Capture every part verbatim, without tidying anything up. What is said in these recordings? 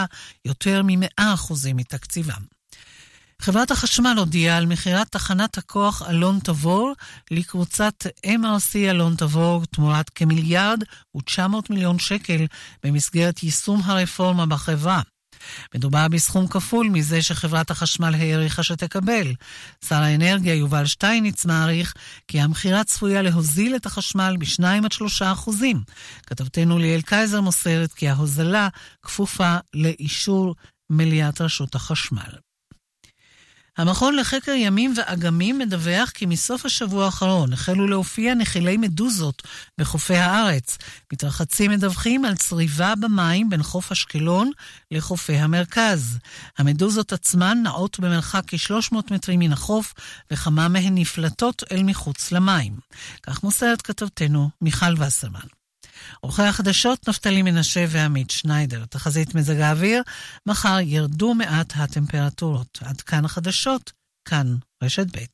יותר מ-מאה אחוזים מתקציבם. חברת החשמל הודיעה על מחירת תחנת הכוח אלון תבור לקבוצת אם אר סי אלון תבור תמורת כמיליארד ותשע מאות מיליון שקל במסגרת יישום הרפורמה בחברה. מדובר בסכום כפול מזה שחברת החשמל העריכה שתקבל. שר האנרגיה יובל שטייניץ מעריך כי המחירה צפויה להוזיל את החשמל ב-שתיים עד שלושה אחוזים. כתבתנו ליאל קייזר מוסרת כי ההוזלה כפופה לאישור מליאת רשות החשמל. המכון לחקר ימים ואגמים מדווח כי מסוף השבוע האחרון החלו להופיע נחילי מדוזות בחופי הארץ. מתרחצים מדווחים על צריבה במים בין חוף אשקלון לחופי המרכז. המדוזות עצמן נעות במרחק כ-שלוש מאות מטרים מן החוף, וכמה מהן נפלטות אל מחוץ למים. כך מוסרת כתבתנו מיכל וסרמן. עורכי החדשות נפתלי מנשה ועמית שניידר. תחזית מזג האוויר, מחר ירדו מעט הטמפרטורות. עד כאן החדשות, כאן רשת ב'.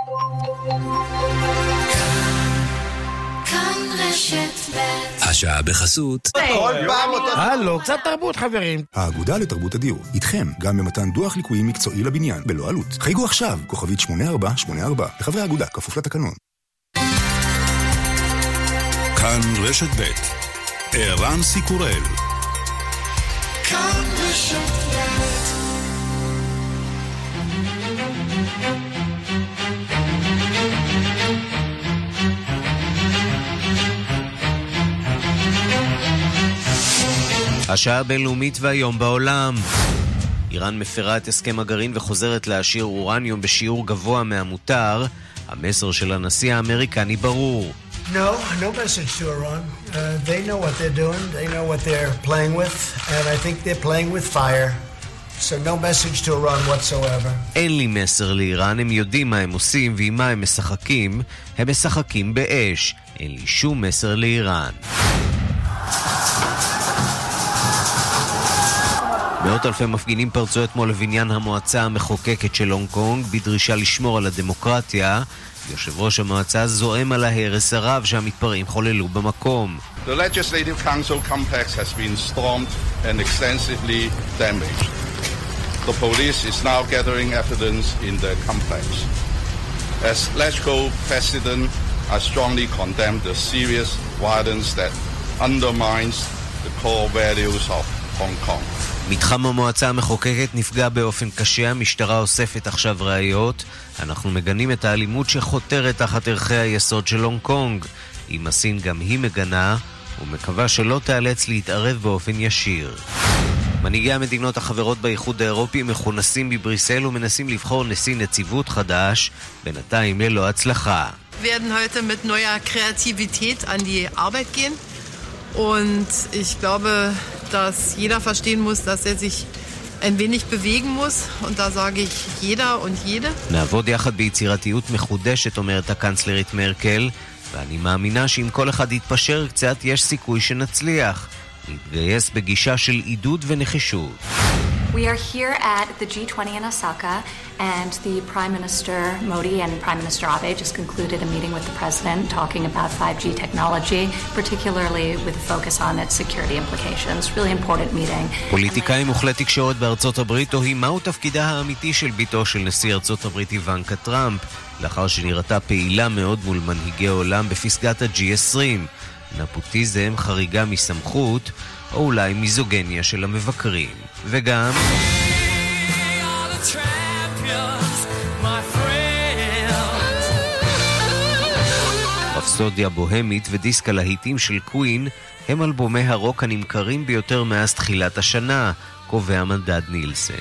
כאן רשת ב'. השעה בחסות. כל פעם אותו... הלו, קצת תרבות חברים. האגודה לתרבות הדיור, איתכם, גם במתן דוח ליקויים מקצועי לבניין, בלא עלות. חייגו עכשיו, כוכבית שמונה ארבע שמונה ארבע, לחברי האגודה, כפוף לתקנון. כאן רשת ב' ערן סיקורל. כאן רשת ב'. השעה הבינלאומית והיום בעולם. איראן מפרה את הסכם הגרעין וחוזרת להשאיר אורניום בשיעור גבוה מהמותר. המסר של הנשיא האמריקני ברור. No, no message to Iran. Uh, they know what they're doing. They know what they're playing with. And I think they're playing with fire. So no message to Iran whatsoever. אין לי מסר לאיראן, הם יודעים מה הם עושים ועם מה הם משחקים. הם משחקים באש. אין לי שום מסר לאיראן. מאות אלפי מפגינים פרצו אתמול לבניין המועצה המחוקקת של הונג קונג בדרישה לשמור על הדמוקרטיה. יושב ראש המועצה זועם על ההרס הרב שהמתפרעים חוללו במקום. The Legislative Council complex has been stormed and extensively damaged. The police is now gathering evidence in the complex. As LegCo President, I strongly condemn the serious violence that undermines the core values of Hong Kong. מתחם המועצה המחוקקת נפגע באופן קשה, המשטרה אוספת עכשיו ראיות. אנחנו מגנים את האלימות שחותרת תחת ערכי היסוד של הונג קונג. עם הסין גם היא מגנה, ומקווה שלא תיאלץ להתערב באופן ישיר. מנהיגי המדינות החברות באיחוד האירופי מכונסים בבריסל ומנסים לבחור נשיא נציבות חדש, בינתיים ללא הצלחה. werden heute mit neuer Kreativität an die Arbeit gehen und ich glaube, dass jeder verstehen muss, dass er sich ein wenig bewegen muss und da sage ich jeder und jede. נעבוד יחד ביצירתיות מחודשת, אומרת הקנצלרית מרקל, ואני מאמינה שאם כל אחד יתפשר קצת יש סיכוי שנצליח. להתגייס בגישה של עידוד ונחישות. We are here at the G twenty in Osaka, and the Prime Minister Modi and Prime Minister Abe just concluded a meeting with the President talking about five G technology, particularly with a focus on its security implications. Really important meeting. פוליטיקאים וכלי תקשורת בארצות הברית תוהים מהו תפקידה האמיתי של ביתו של נשיא ארצות הברית איוונקה טראמפ, לאחר שנראתה פעילה מאוד מול מנהיגי העולם בפסגת ה-ג'י עשרים. נפוטיזם, חריגה מסמכות, או אולי מיזוגניה של המבקרים. וגם רפסודיה בוהמית ודיסק הלהיטים של קווין הם אלבומי הרוק הנמכרים ביותר מאז תחילת השנה, קובע מדד נילסן.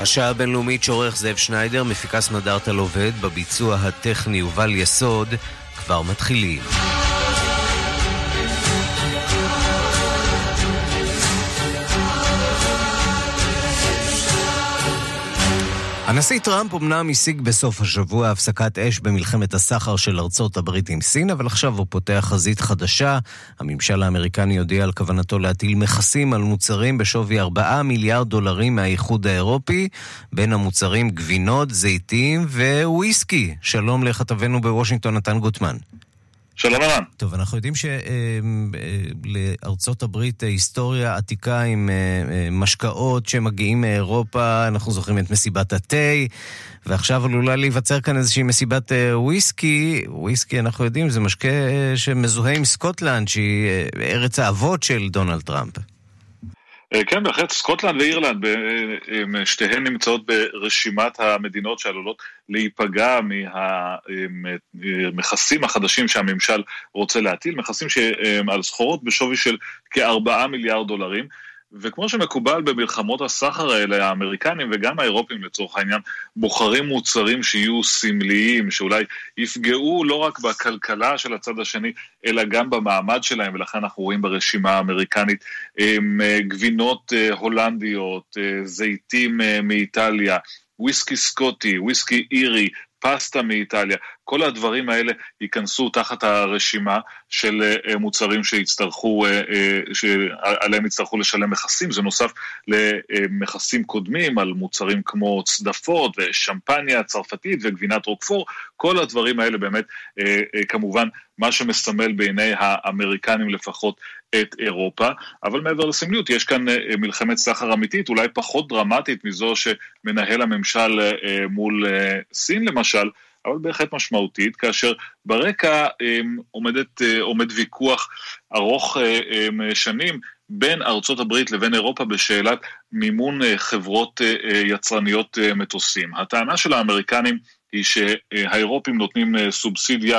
השעה הבינלאומית שעורך זאב שניידר, מפיקה סמדארטה לובד, בביצוע הטכני ובל יסוד, כבר מתחילים. הנשיא טראמפ אמנם השיג בסוף השבוע הפסקת אש במלחמת הסחר של ארצות הברית עם סין, אבל עכשיו הוא פותח חזית חדשה. הממשל האמריקני הודיע על כוונתו להטיל מכסים על מוצרים בשווי ארבעה מיליארד דולרים מהאיחוד האירופי, בין המוצרים גבינות, זיתים וויסקי. שלום לכתבנו בוושינגטון נתן גוטמן. שלום ערן. טוב, אנחנו יודעים שלארצות הברית היסטוריה עתיקה עם משקאות שמגיעים מאירופה, אנחנו זוכרים את מסיבת התה, ועכשיו עלולה להיווצר כאן איזושהי מסיבת וויסקי. וויסקי, אנחנו יודעים, זה משקה שמזוהה עם סקוטלנד, שהיא ארץ האבות של דונלד טראמפ. כן, בהחלט, סקוטלנד ואירלנד, שתיהן נמצאות ברשימת המדינות שעלולות להיפגע מהמכסים החדשים שהממשל רוצה להטיל, מכסים על סחורות בשווי של כארבעה מיליארד דולרים, וכמו שמקובל במלחמות הסחר האלה, האמריקנים וגם האירופים לצורך העניין, בוחרים מוצרים שיהיו סמליים, שאולי יפגעו לא רק בכלכלה של הצד השני, אלא גם במעמד שלהם, ולכן אנחנו רואים ברשימה האמריקנית גבינות הולנדיות, זיתים מאיטליה, וויסקי סקוטי, וויסקי אירי, פסטה מאיטליה, כל הדברים האלה ייכנסו תחת הרשימה של מוצרים שיצטרכו, שעליהם יצטרכו לשלם מכסים. זה נוסף למכסים קודמים על מוצרים כמו צדפות ושמפניה צרפתית וגבינת רוקפור. כל הדברים האלה באמת, כמובן, מה שמסמל בעיני האמריקנים לפחות את אירופה, אבל מעבר לסמליות, יש כאן מלחמת סחר אמיתית, אולי פחות דרמטית מזו שמנהל הממשל מול סין למשל, אבל בהחלט משמעותית, כאשר ברקע עומדת, עומד ויכוח ארוך שנים בין ארצות הברית לבין אירופה בשאלת מימון חברות יצרניות מטוסים. הטענה של האמריקנים היא שהאירופים נותנים סובסידיה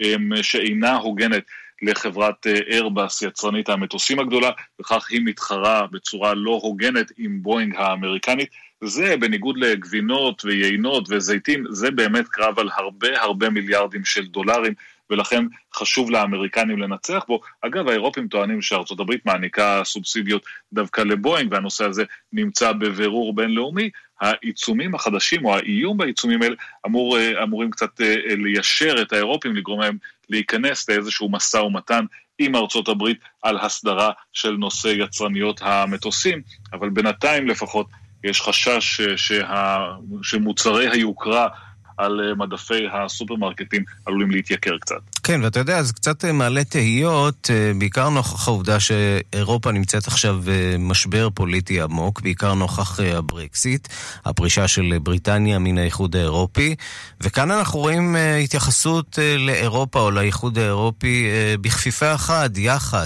שאינה הוגנת לחברת איירבס, יצרנית המטוסים הגדולה, וכך היא מתחרה בצורה לא הוגנת עם בואינג האמריקנית. זה בניגוד לגבינות ויינות וזיתים, זה באמת קרב על הרבה הרבה מיליארדים של דולרים, ולכן חשוב לאמריקנים לנצח בו. אגב, האירופים טוענים שארצות הברית מעניקה סובסידיות דווקא לבואינג, והנושא הזה נמצא בבירור בינלאומי. העיצומים החדשים או האיום בעיצומים האלה אמור, אמורים קצת ליישר את האירופים, לגרום להם להיכנס לאיזשהו מסע ומתן עם ארצות הברית על הסדרה של נושא יצרניות המטוסים, אבל בינתיים לפחות יש חשש שה... שמוצרי היוקרה על מדפי הסופרמרקטים עלולים להתייקר קצת. כן, ואתה יודע, אז קצת מעלה תהיות, בעיקר נוכח העובדה שאירופה נמצאת עכשיו משבר פוליטי עמוק, בעיקר נוכח הברקסיט, הפרישה של בריטניה מן האיחוד האירופי, וכאן אנחנו רואים התייחסות לאירופה או לאיחוד האירופי בכפיפה אחת, יחד.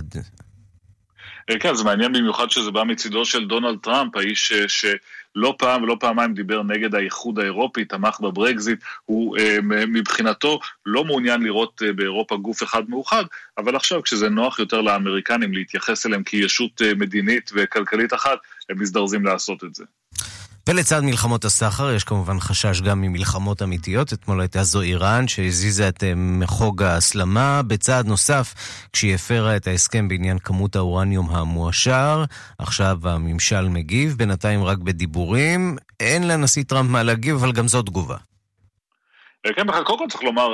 כן, זה מעניין במיוחד שזה בא מצידו של דונלד טראמפ, האיש שלא פעם ולא פעמיים דיבר נגד האיחוד האירופי, תמך בברקזיט, הוא מבחינתו לא מעוניין לראות באירופה גוף אחד מאוחד, אבל עכשיו כשזה נוח יותר לאמריקנים להתייחס אליהם כישות מדינית וכלכלית אחת, הם מזדרזים לעשות את זה. ולצד מלחמות הסחר יש כמובן חשש גם ממלחמות אמיתיות. אתמול הייתה זו איראן שהזיזה את מחוג ההסלמה בצעד נוסף כשהיא הפרה את ההסכם בעניין כמות האורניום המואשר. עכשיו הממשל מגיב, בינתיים רק בדיבורים. אין לנשיא טראמפ מה להגיב, אבל גם זו תגובה. כן, בכלל, קודם כל צריך לומר,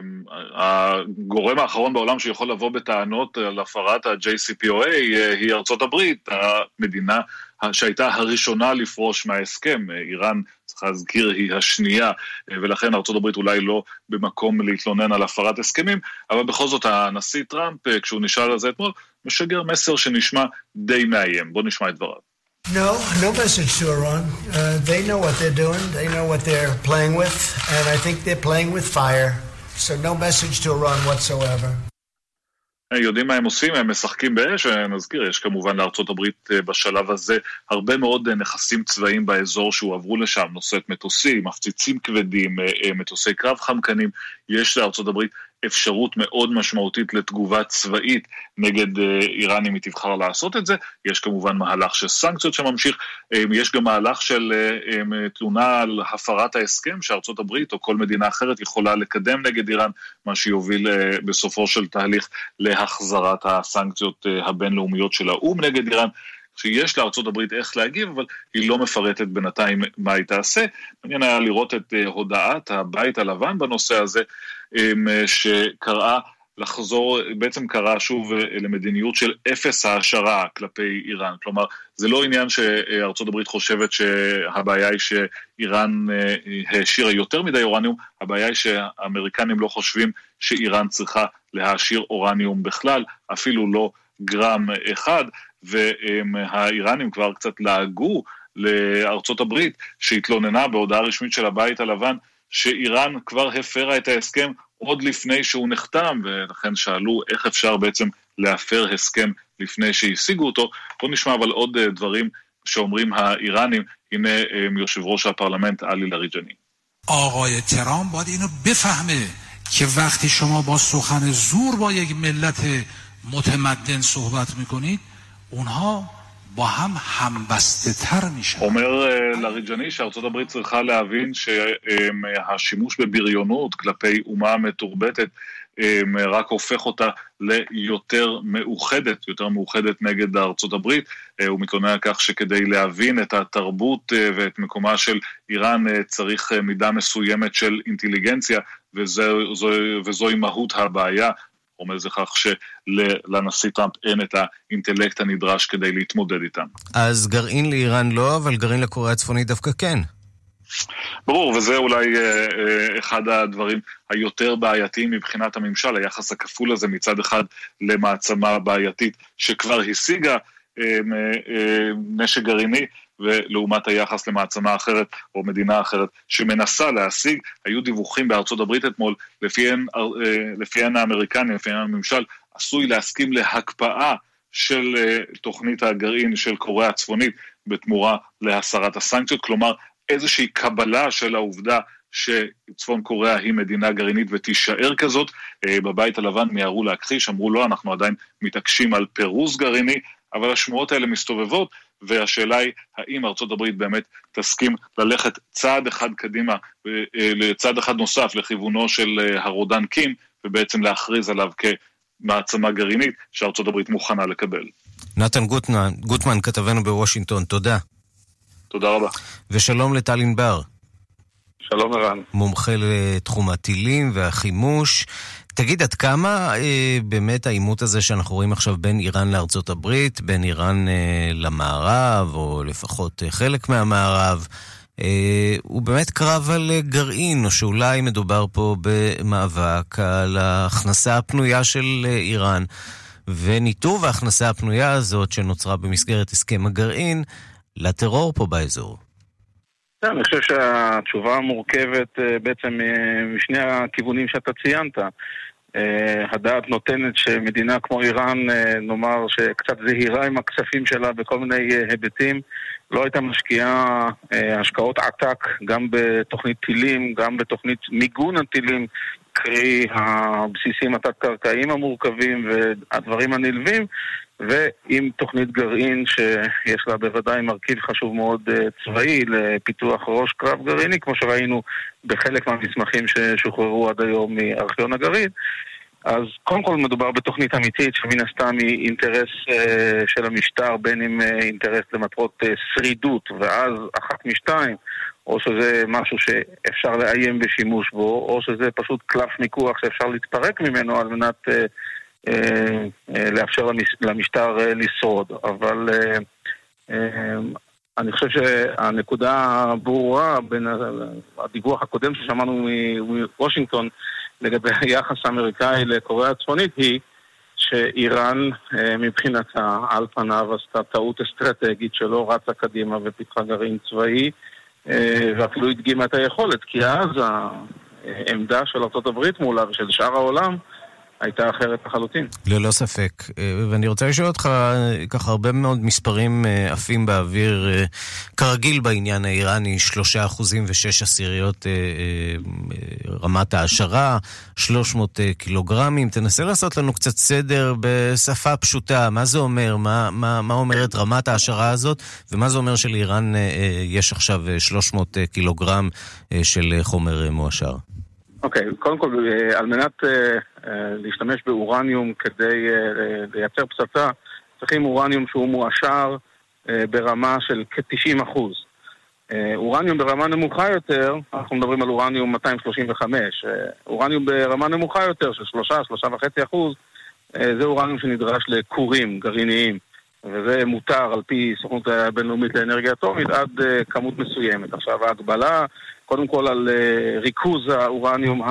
הגורם האחרון בעולם שיכול לבוא בטענות על הפרת ה-ג'יי סי פי או איי היא ארצות הברית, המדינה שהייתה הראשונה לפרוש מההסכם. איראן, צריך להזכיר, היא השנייה, ולכן ארצות הברית אולי לא במקום להתלונן על הפרת הסכמים, אבל בכל זאת הנשיא טראמפ, כשהוא נשאל על זה אתמול, משגר מסר שנשמע די מאיים. בוא נשמע את דבריו. No, no message to Iran. Uh, they know what they're doing. They know what they're playing with. And I think they're playing with fire. So no message to Iran whatsoever. יודעים מה הם עושים, הם משחקים באש, ונזכיר, יש כמובן לארצות הברית בשלב הזה הרבה מאוד נכסים צבאיים באזור שהועברו לשם, נושאת מטוסים, מפציצים כבדים, מטוסי קרב חמקנים, יש לארצות הברית אפשרות מאוד משמעותית לתגובה צבאית נגד איראן אם היא תבחר לעשות את זה. יש כמובן מהלך של סנקציות שממשיך, יש גם מהלך של תלונה על הפרת ההסכם שארצות הברית או כל מדינה אחרת יכולה לקדם נגד איראן, מה שיוביל בסופו של תהליך להחזרת הסנקציות הבינלאומיות של האו"ם נגד איראן, שיש לארצות הברית איך להגיב, אבל היא לא מפרטת בינתיים מה היא תעשה. מעניין היה לראות את הודעת הבית הלבן בנושא הזה, שקראה לחזור, בעצם קראה שוב למדיניות של אפס העשרה כלפי איראן. כלומר, זה לא עניין שארצות הברית חושבת שהבעיה היא שאיראן העשירה יותר מדי אורניום, הבעיה היא שהאמריקנים לא חושבים שאיראן צריכה להעשיר אורניום בכלל, אפילו לא גרם אחד, והאיראנים כבר קצת לעגו לארצות הברית שהתלוננה בהודעה רשמית של הבית הלבן שאיראן כבר הפרה את ההסכם עוד לפני שהוא נחתם, ולכן שאלו איך אפשר בעצם להפר הסכם לפני שהשיגו אותו. בוא נשמע אבל עוד דברים שאומרים האיראנים. הנה יושב ראש הפרלמנט עלי לריג'אני. آقای ترامپ باید اینو بفهمه که وقتی شما با سخن زور با یک ملت متمدن صحبت میکنید اونها با هم همبسته تر میشن. אומר לריג'אני שארצות הברית צריכה להבין שהשימוש בבריונות כלפי אומה מתורבתת רק הופך אותה ליותר מאוחדת, יותר מאוחדת נגד ארצות הברית. הוא מתלונן על כך שכדי להבין את התרבות ואת מקומה של איראן צריך מידה מסוימת של אינטליגנציה, וזו, וזוהי מהות הבעיה. אומר זה כך שלנשיא טראמפ אין את האינטלקט הנדרש כדי להתמודד איתם. אז גרעין לאיראן לא, אבל גרעין לקוריאה הצפונית דווקא כן. ברור, וזה אולי אה, אחד הדברים היותר בעייתיים מבחינת הממשל, היחס הכפול הזה מצד אחד למעצמה בעייתית שכבר השיגה אה, אה, נשק גרעיני, ולעומת היחס למעצמה אחרת או מדינה אחרת שמנסה להשיג. היו דיווחים בארצות הברית אתמול, לפיהן, לפיהן האמריקנים, לפיהן הממשל, עשוי להסכים להקפאה של תוכנית הגרעין של קוריאה הצפונית בתמורה להסרת הסנקציות, כלומר איזושהי קבלה של העובדה שצפון קוריאה היא מדינה גרעינית ותישאר כזאת. בבית הלבן מיהרו להכחיש, אמרו לא, אנחנו עדיין מתעקשים על פירוז גרעיני, אבל השמועות האלה מסתובבות, והשאלה היא, האם ארצות הברית באמת תסכים ללכת צעד אחד קדימה, לצעד אחד נוסף לכיוונו של הרודן קים, ובעצם להכריז עליו כמעצמה גרעינית, שארצות הברית מוכנה לקבל. נתן גוטמן, גוטמן כתבנו בוושינגטון, תודה. תודה רבה. ושלום לטל ענבר. שלום ערן. מומחה לתחום הטילים והחימוש. תגיד, עד כמה אה, באמת העימות הזה שאנחנו רואים עכשיו בין איראן לארצות הברית, בין איראן אה, למערב, או לפחות אה, חלק מהמערב, אה, הוא באמת קרב על אה, גרעין, או שאולי מדובר פה במאבק על ההכנסה הפנויה של אה, איראן, וניתוב ההכנסה הפנויה הזאת שנוצרה במסגרת הסכם הגרעין לטרור פה באזור. אני חושב שהתשובה מורכבת בעצם משני הכיוונים שאתה ציינת. הדעת נותנת שמדינה כמו איראן, נאמר שקצת זהירה עם הכספים שלה בכל מיני היבטים, לא הייתה משקיעה השקעות עתק גם בתוכנית טילים, גם בתוכנית מיגון הטילים, קרי הבסיסים התת-קרקעיים המורכבים והדברים הנלווים, ועם תוכנית גרעין שיש לה בוודאי מרכיב חשוב מאוד צבאי לפיתוח ראש קרב גרעיני, כמו שראינו בחלק מהמסמכים ששוחררו עד היום מארכיון הגרעין. אז קודם כל מדובר בתוכנית אמיתית שמן הסתם היא אינטרס של המשטר, בין אם אינטרס למטרות שרידות, ואז אחת משתיים, או שזה משהו שאפשר לאיים בשימוש בו, או שזה פשוט קלף מיקוח שאפשר להתפרק ממנו על מנת לאפשר למשטר לשרוד. אבל אני חושב שהנקודה ברורה בין הדיווח הקודם ששמענו מוושינגטון לגבי היחס האמריקאי לקוריאה הצפונית היא שאיראן מבחינתה על פניו עשתה טעות אסטרטגית שלא רצה קדימה ופיתחה גרעין צבאי, ואפילו הדגימה את היכולת, כי אז העמדה של ארצות הברית מולה ושל שאר העולם הייתה אחרת לחלוטין. ללא ספק. ואני רוצה לשאול אותך, ככה הרבה מאוד מספרים עפים באוויר, כרגיל בעניין האיראני, שלושה אחוזים ושש עשיריות רמת העשרה, שלוש מאות קילוגרמים. תנסה לעשות לנו קצת סדר בשפה פשוטה. מה זה אומר? מה, מה, מה אומרת רמת העשרה הזאת? ומה זה אומר שלאיראן יש עכשיו שלוש מאות קילוגרם של חומר מועשר? אוקיי, okay, קודם כל, על מנת uh, uh, להשתמש באורניום כדי uh, לייצר פצצה, צריכים אורניום שהוא מועשר uh, ברמה של כ-תשעים אחוז. Uh, אורניום ברמה נמוכה יותר, אנחנו מדברים על אורניום מאתיים שלושים וחמש, uh, אורניום ברמה נמוכה יותר של שלוש, שלוש נקודה חמש אחוז, uh, זה אורניום שנדרש לכורים גרעיניים, וזה מותר על פי סוכנות הבינלאומית לאנרגיה אטומית עד uh, כמות מסוימת. עכשיו, ההגבלה קודם כל על uh, ריכוז האורניום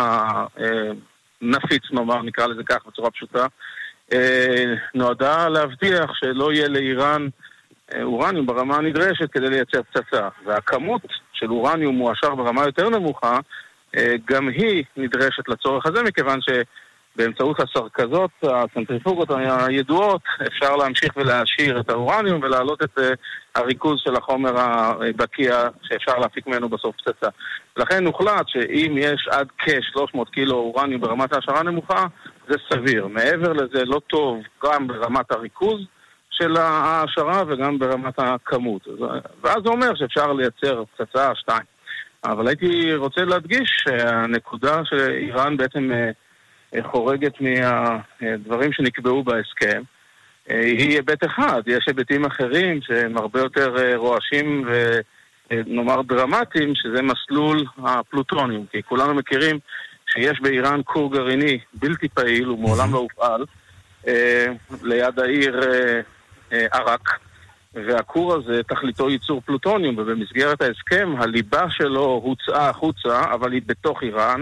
הנפיץ, נאמר, נקרא לזה כך בצורה פשוטה, uh, נועדה להבטיח שלא יהיה לאיראן uh, אורניום ברמה הנדרשת כדי לייצר פצצה. והכמות של אורניום מועשר ברמה יותר נמוכה, uh, גם היא נדרשת לצורך הזה, מכיוון שבאמצעות הסרקזות, הסנטריפוגות הידועות, אפשר להמשיך ולהשאיר את האורניום ולהעלות את uh, הריכוז של החומר הבקיע שאפשר להפיק ממנו בסוף פצצה. לכן הוחלט שאם יש עד כ-שלוש מאות קילו אורניום ברמת העשרה נמוכה, זה סביר. מעבר לזה לא טוב גם ברמת הריכוז של העשרה וגם ברמת הכמות. ואז זה אומר שאפשר לייצר פצצה שתיים. אבל הייתי רוצה להדגיש שהנקודה שאיראן בעצם חורגת מהדברים שנקבעו בהסכם, היא היבט אחד. יש היבטים אחרים שהם הרבה יותר רועשים ונאמר דרמטיים, שזה מסלול הפלוטוניום. כי כולנו מכירים שיש באיראן כור גרעיני בלתי פעיל ומעולם לא הופעל, ליד העיר ערק, והכור הזה תכליתו ייצור פלוטוניום, ובמסגרת ההסכם הליבה שלו הוצאה החוצה, אבל היא בתוך איראן,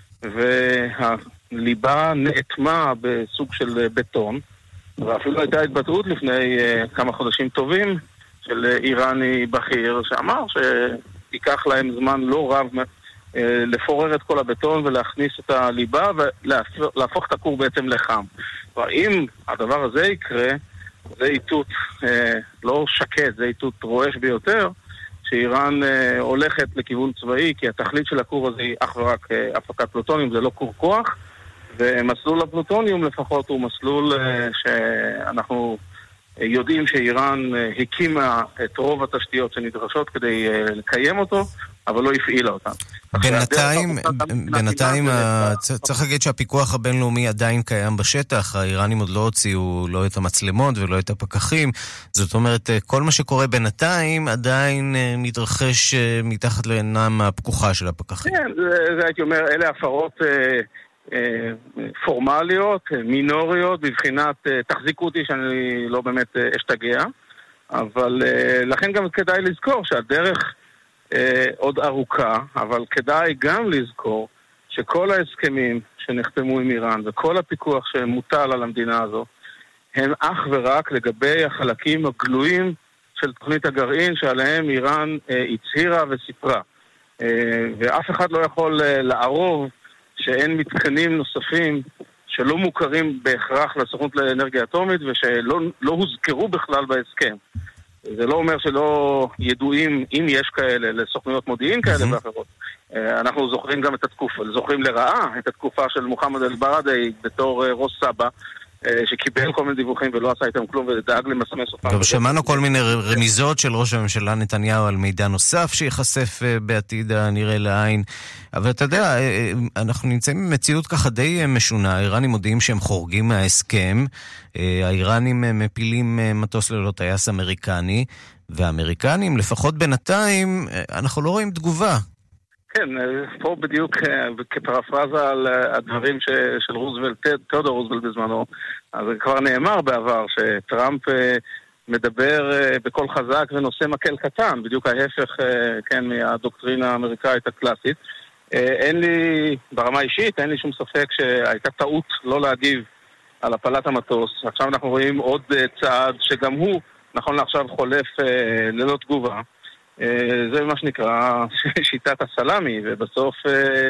והליבה נאטמה בסוג של בטון, ואפילו הייתה התבטאות לפני uh, כמה חודשים טובים של uh, איראני בכיר שאמר שיקח להם זמן לא רב uh, לפורר את כל הבטון ולהכניס את הליבה ולהפוך את הכור בעצם לחם. ואם הדבר הזה יקרה, זה איתות uh, לא שקט, זה איתות רועש ביותר, שאיראן uh, הולכת לכיוון צבאי, כי התכלית של הכור הזה היא אך ורק uh, הפקת פלוטוניום, זה לא כור כוח, ומסלול הפלוטוניום לפחות הוא מסלול שאנחנו יודעים שאיראן הקימה את רוב התשתיות שנדרשות כדי לקיים אותו, אבל לא הפעילה אותן. בינתיים, בינתיים צריך להגיד שהפיקוח הבינלאומי עדיין קיים בשטח, האיראנים עוד לא הוציאו לא את המצלמות ולא את הפקחים, זאת אומרת כל מה שקורה בינתיים עדיין מתרחש מתחת לעינם הפקוחה של הפקחים. כן, זה הייתי אומר, אלה הפרות פורמליות, מינוריות, בבחינת תחזיקו אותי שאני לא באמת אשתגע, אבל לכן גם כדאי לזכור שהדרך עוד ארוכה, אבל כדאי גם לזכור שכל ההסכמים שנחתמו עם איראן וכל הפיקוח שמוטל על המדינה הזו הם אך ורק לגבי החלקים הגלויים של תוכנית הגרעין שעליהם איראן הצהירה וסיפרה, ואף אחד לא יכול לערוב שאין מתקנים נוספים שלא מוכרים בהכרח לסוכנות לאנרגיה אטומית ושלא לא הוזכרו בכלל בהסכם. זה לא אומר שלא ידועים, אם יש כאלה, לסוכנויות מודיעין כאלה ואחרות. אנחנו זוכרים גם את התקופה, זוכרים לרעה את התקופה של מוחמד אל-ברדעי בתור ראש סבא, שקיבל כל מיני דיווחים ולא עשה איתם כלום ודאג למסמס אותם. גם שמענו כל מיני רמיזות של ראש הממשלה נתניהו על מידע נוסף שיחשף בעתיד הנראה לעין. אבל אתה יודע, אנחנו נמצאים במציאות ככה די משונה. האיראנים מודיעים שהם חורגים מההסכם, האיראנים מפילים מטוס ללא טייס אמריקני, והאמריקנים, לפחות בינתיים, אנחנו לא רואים תגובה. כן, פה בדיוק כפרפרזה על הדברים של רוזוולט, תיאודור רוזוולט בזמנו, אז כבר נאמר בעבר שטראמפ מדבר בקול חזק ונושא מקל קטן, בדיוק ההפך, כן, מהדוקטרינה האמריקאית הקלאסית. אין לי, ברמה אישית, אין לי שום ספק שהייתה טעות לא להגיב על הפלת המטוס. עכשיו אנחנו רואים עוד צעד שגם הוא, נכון לעכשיו, חולף ללא תגובה. זה מה שנקרא שיטת הסלאמי, ובסוף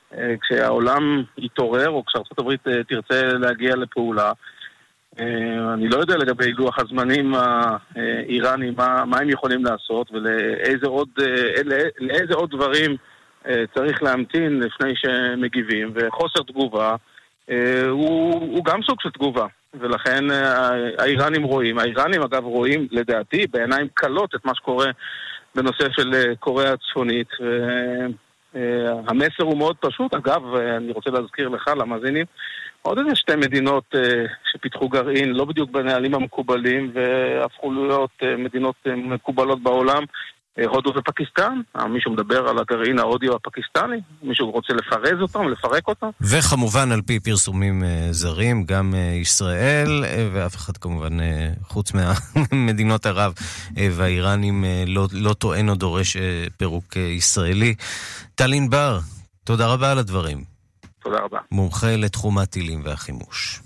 כשהעולם יתעורר, או כשארצות הברית תרצה להגיע לפעולה. אני לא יודע לגבי לוח הזמנים האיראני, מה, מה הם יכולים לעשות, ולאיזה עוד, לאיזה עוד דברים צריך להמתין לפני שמגיבים, וחוסר תגובה הוא, הוא גם סוג של תגובה. ולכן האיראנים רואים, האיראנים אגב רואים לדעתי בעיניים קלות את מה שקורה בנושא של קוריאה הצפונית, והמסר הוא מאוד פשוט. אגב, אני רוצה להזכיר לך, למאזינים, עוד איזה שתי מדינות שפיתחו גרעין, לא בדיוק בנהלים המקובלים, והפכו להיות מדינות מקובלות בעולם, הודו ופקיסטן. מישהו מדבר על הגרעין ההודי הפקיסטני, מישהו רוצה לפרז אותם, לפרק אותם. וכמובן על פי פרסומים זרים, גם ישראל, ואף אחד כמובן חוץ מהמדינות ערב והאיראנים לא, לא טוען או דורש פירוק ישראלי. טל ענבר, תודה רבה על הדברים. תודה רבה. מומחה לתחום הטילים והחימוש.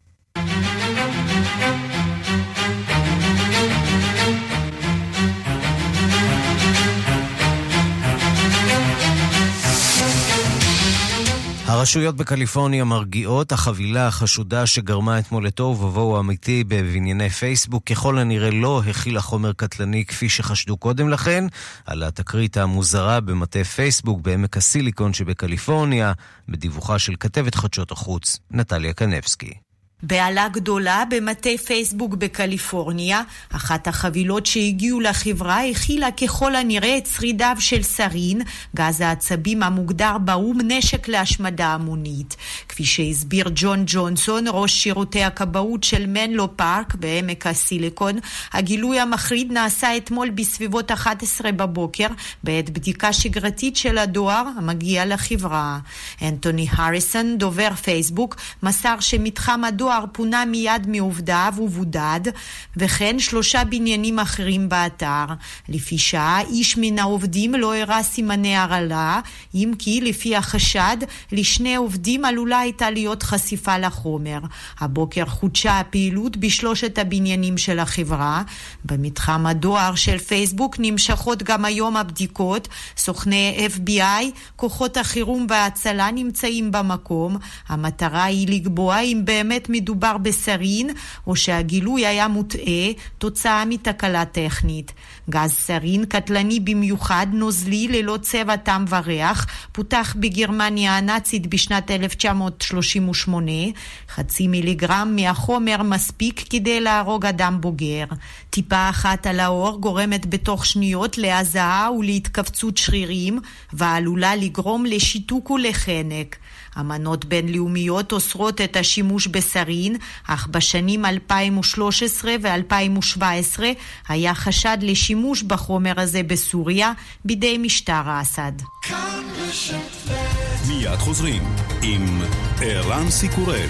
הרשויות בקליפורניה מרגיעות, החבילה החשודה שגרמה אתמול לתוהו ובוהו אמיתי בבנייני פייסבוק ככל הנראה לא הכילה חומר קטלני כפי שחשדו קודם לכן. על התקרית המוזרה במטה פייסבוק בעמק הסיליקון שבקליפורניה, בדיווחה של כתבת חדשות החוץ נטליה קנבסקי. בעלה גדולה במטה פייסבוק בקליפורניה, אחת החבילות שהגיעו לחברה הכילה ככל הנראה את שרידיו של סרין, גז העצבים המוגדר באום נשק להשמדה המונית. כפי שהסביר ג'ון ג'ונסון, ראש שירותי הכבאות של מנלו פארק בעמק הסיליקון, הגילוי המחריד נעשה אתמול בסביבות אחת עשרה בבוקר, בעת בדיקה שגרתית של הדואר המגיע לחברה. אנטוני הריסון, דובר פייסבוק, מסר שמתחם הדואר פונה מיד מעובדיו ובודד, וכן שלושה בניינים אחרים באתר. לפי שעה, איש מן העובדים לא הראה סימני הרעלה, אם כי לפי החשד, לשני עובדים עלולה הייתה להיות חשיפה לחומר. הבוקר חודשה הפעילות בשלושת הבניינים של החברה. במתחם הדואר של פייסבוק נמשכות גם היום הבדיקות. סוכני אף בי איי, כוחות החירום וההצלה נמצאים במקום. המטרה היא לקבוע אם באמת מדובר בסרין, או שהגילוי היה מוטעה תוצאה מתקלה טכנית. גז סרין קטלני במיוחד, נוזלי ללא צבע, טעם וריח, פותח בגרמניה הנאצית בשנת אלף תשע מאות שלושים ושמונה. חצי מיליגרם מהחומר מספיק כדי להרוג אדם בוגר. טיפה אחת על האור גורמת בתוך שניות להזעה ולהתכווצות שרירים, ועלולה לגרום לשיתוק ולחנק. אמנות בינלאומיות אוסרות את השימוש בסרין, אך בשנים אלפיים ושלוש עשרה ו-אלפיים שבע עשרה היה חשד לשימוש בחומר הזה בסוריה בידי משטר אסד. מיד חוזרים עם ערן סיקורל.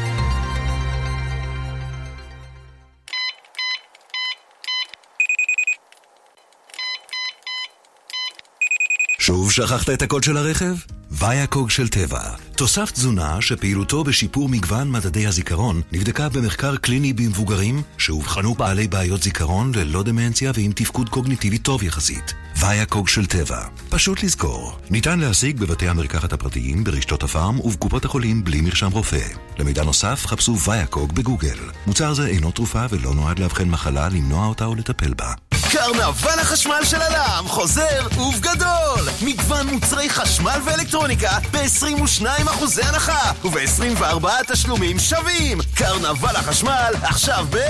שוב שכחת את הקוד של הרכב? ויאקוג של טבע. תוסף תזונה שפעילותו בשיפור מגוון מדדי הזיכרון נבדקה במחקר קליני במבוגרים שהובחנו בעלי בעיות זיכרון ללא דמנציה ועם תפקוד קוגניטיבי טוב יחסית. ויאקוג של טבע. פשוט לזכור. ניתן להשיג בבתי המרקחת הפרטיים, ברשתות הפארם ובקופות החולים בלי מרשם רופא. למידע נוסף חפשו ויאקוג בגוגל. מוצר זה אינו תרופה ולא נועד לאבחן מחלה, למנוע אותה או לטפל בה. קרנבל החשמל של אלם חוזר ובגדול. מגוון מוצרי חשמל ואלקטרוניקה ב-עשרים ושניים אחוז הנחה וב-עשרים וארבעה תשלומים שווים. קרנבל החשמל עכשיו ב...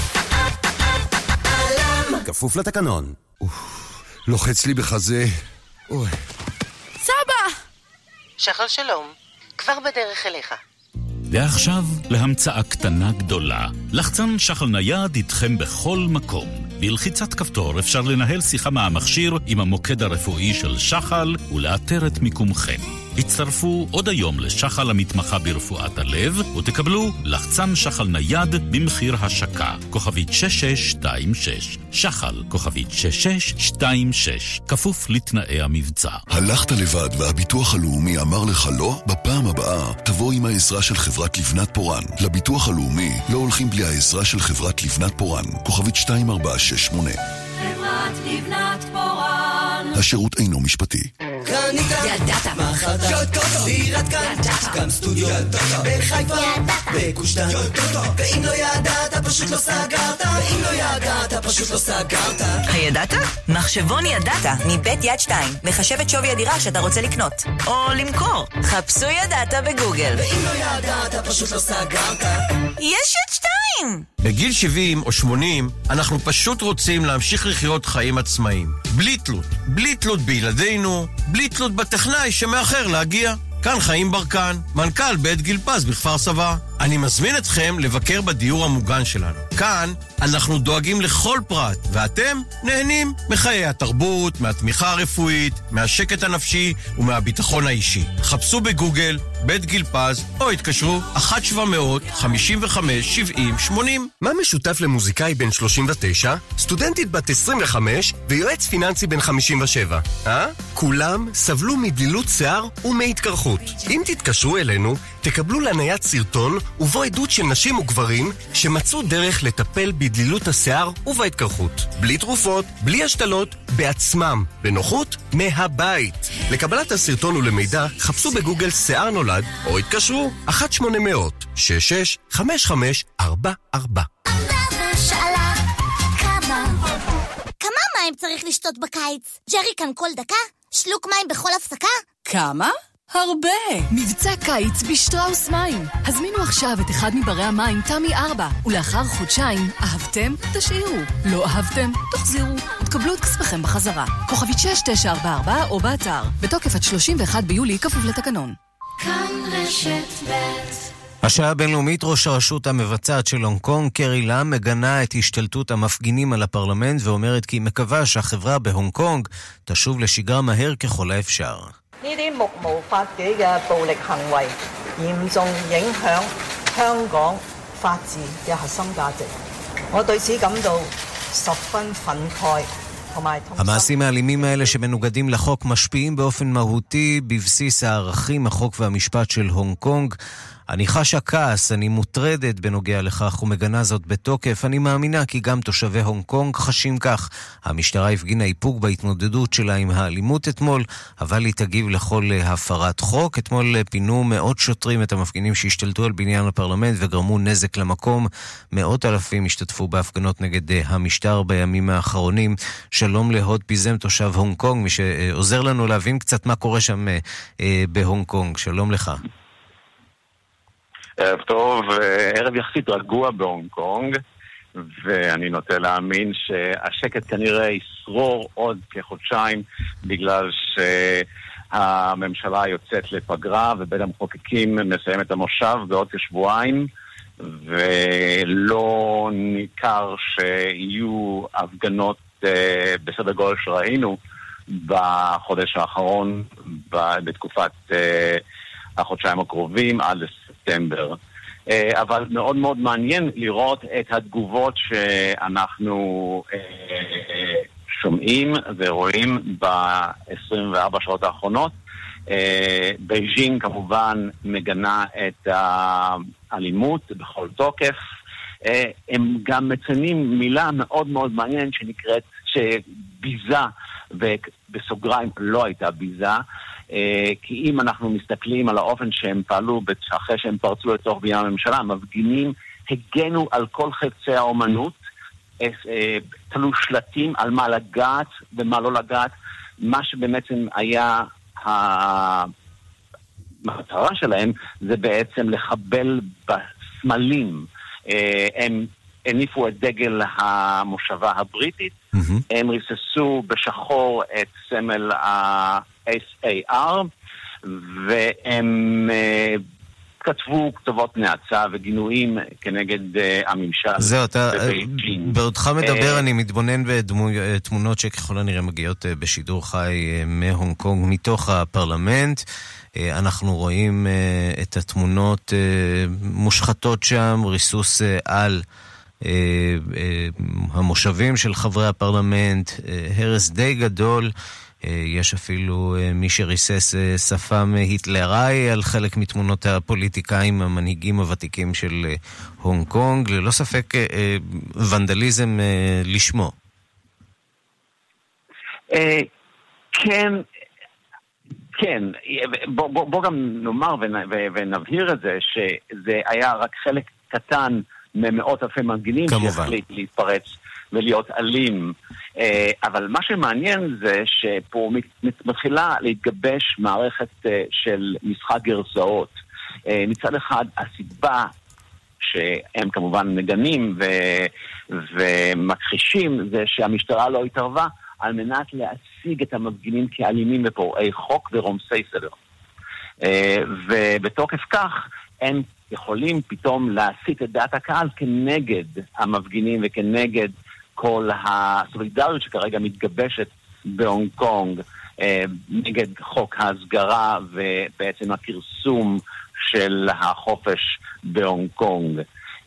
אלם. כפוף לתקנון. לוחץ לי בחזה. אוי. סבא! שחר שלום, כבר בדרך אליך. ועכשיו להמצאה קטנה גדולה. לחצן שחל נייד איתכם בכל מקום. בלחיצת כפתור אפשר לנהל שיחה מהמכשיר עם המוקד הרפואי של שחל ולאתר את מיקומכם. הצטרפו עוד היום לשחל המתמחה ברפואת הלב ותקבלו לחצן שחל נייד במחיר השקה. כוכבית שש שש שתיים שש. שחל, כוכבית שש שש שתיים שש. כפוף לתנאי המבצע. הלכת לבד והביטוח הלאומי אמר לך לא? בפעם הבאה תבוא עם העזרה של חברת לבנת פורן. לביטוח הלאומי לא הולכים בלי העזרה של חברת לבנת פורן. כוכבית שתיים ארבע שש שמונה. חברת לבנת פורן. השירות אינו משפטי. קנית, ידעת, מה חדש, דירת כאן, גם סטודיו, בחיפה, בקושטן, ואם לא ידעת פשוט לא סגרת, ואם לא ידעת פשוט לא סגרת. הידעת? מחשבון ידעת מבית יד שתיים, מחשב את שווי הדירה שאתה רוצה לקנות או למכור. חפשו ידעת בגוגל. ואם לא ידעת פשוט לא סגרת. יש יד שתיים. בגיל שבעים או שמונים אנחנו פשוט רוצים להמשיך לחיות חיים עצמאיים, בלי תלות, בלי תלות בילדינו, בלי תלות בטכנאי שמאחר להגיע. כאן חיים ברקן, מנכ"ל בית גיל פז בכפר סבא. אני מזמין אתכם לבקר בדיור המוגן שלנו. כאן אנחנו דואגים לכל פרט, ואתם נהנים מחיי התרבות, מהתמיכה הרפואית, מהשקט הנפשי ומהביטחון האישי. חפשו בגוגל בית גיל פז או התקשרו אחת שבע מאות חמישים וחמש שבעים שמונים. מה משותף למוזיקאי בן שלושים ותשע, סטודנטית בת עשרים וחמש ויועץ פיננסי בן חמישים ושבע? אה? כולם סבלו מדלילות שיער ומהתקרחות. אם תתקשרו אלינו, תקבלו לנייד סרטון ובו עדות של נשים וגברים שמצאו דרך לטפל בדלילות השיער ובהתקרחות. בלי תרופות, בלי השתלות, בעצמם, בנוחות, מהבית. לקבלת הסרטון ולמידע, חפשו בגוגל שיער נולד או התקשרו אחת שמונה מאות שש שש חמש חמש ארבע ארבע. שאלה כמה כמה מים צריך לשתות בקיץ? ג'ריקן כל דקה? שלוק מים בכל הפסקה? כמה? הרבה! מבצע קיץ בשטראוס מים. הזמינו עכשיו את אחד מברי המים תמי ארבע, ולאחר חודשיים, אהבתם? תשאירו. לא אהבתם? תחזירו. ותקבלו את כספכם בחזרה. כוכבית שש תשע ארבע ארבע או באתר. בתוקף עד שלושים ואחד ביולי כפוף לתקנון. כאן רשת ב'. השעה הבינלאומית, ראש הרשות המבצעת של הונג קונג, קרי לאם, מגנה את השתלטות המפגינים על הפרלמנט ואומרת כי היא מקווה שהחברה בהונג קונג תשוב לשגרה מהר ככל האפשר. 呢啲目無法紀嘅暴力行為嚴重影響香港法治嘅核心價值。我對此感到十分憤慨。 המעשים האלימים האלה שמנוגדים לחוק משפיעים באופן מהותי בבסיס הערכים, החוק והמשפט של הונג קונג. אני חשה כעס, אני מוטרדת בנוגע לכך ומגנה זאת בתוקף. אני מאמינה כי גם תושבי הונג קונג חשים כך. המשטרה הפגינה איפוק בהתמודדות שלה עם האלימות אתמול, אבל היא תגיב לכל הפרת חוק. אתמול פינו מאות שוטרים את המפגינים שהשתלטו על בניין הפרלמנט וגרמו נזק למקום. מאות אלפים השתתפו בהפגנות נגד המשטר בימים האחרונים. שלום להוד פיזם, תושב הונג קונג, מי שעוזר לנו להבין קצת מה קורה שם בהונג קונג. שלום לך. ערב טוב, ערב יחסית רגוע בהונג קונג, ואני נוטה להאמין שהשקט כנראה ישרור עוד כחודשיים, בגלל שהממשלה יוצאת לפגרה ובית המחוקקים מסיים את המושב בעוד כשבועיים, ולא ניכר שיהיו הפגנות בסדר גודל שראינו בחודש האחרון, בתקופת החודשיים הקרובים עד לספטמבר. אבל מאוד מאוד מעניין לראות את התגובות שאנחנו שומעים ורואים ב-עשרים וארבע שעות האחרונות. בייג'ינג כמובן מגנה את האלימות בכל תוקף. הם גם מציינים מילה מאוד מאוד מעניינת שנקראת שביזה, ובסוגריים לא הייתה ביזה, כי אם אנחנו מסתכלים על האופן שהם פעלו אחרי שהם פרצו לתוך בניין הממשלה, המפגינים הגנו על כל חפצי האומנות, תלו שלטים על מה לגעת ומה לא לגעת. מה שבעצם היה המטרה שלהם זה בעצם לחבל בסמלים. הם הניפו את דגל המושבה הבריטית, mm-hmm. הם ריססו בשחור את סמל ה-אס איי אר, והם uh, כתבו כתובות נאצה וגינויים כנגד uh, הממשל. זהו, אתה, בעודך מדבר, אני מתבונן בתמונות שככל הנראה מגיעות uh, בשידור חי uh, מהונג קונג מתוך הפרלמנט. אנחנו רואים uh, את התמונות uh, מושחתות שם, ריסוס uh, על uh, uh, המושבים של חברי הפרלמנט, uh, הרס די גדול. uh, יש אפילו uh, מי שריסס uh, שפם היטלראי על חלק מתמונות הפוליטיקאים, המנהיגים הוותיקים של uh, הונג קונג. ללא ספק uh, uh, ונדליזם uh, לשמו. Uh, כן, כן, בוא, בוא, בוא גם נאמר ונבהיר את זה, שזה היה רק חלק קטן ממאות אלפי מפגינים שהחליט להתפרץ ולהיות אלים. אבל מה שמעניין זה שפה מתחילה להתגבש מערכת של משחק גרסאות. מצד אחד, הסיבה שהם כמובן מגנים ו- ומכחישים זה שהמשטרה לא התערבה על מנת להשיג את המפגינים כאלימים ופורעי חוק ורומסי סדר. ובתוקף כך הם יכולים פתאום להסיט את דעת הקהל כנגד המפגינים וכנגד כל הסולידריות שכרגע מתגבשת בהונג קונג נגד חוק ההסגרה ובעצם הכרסום של החופש בהונג קונג.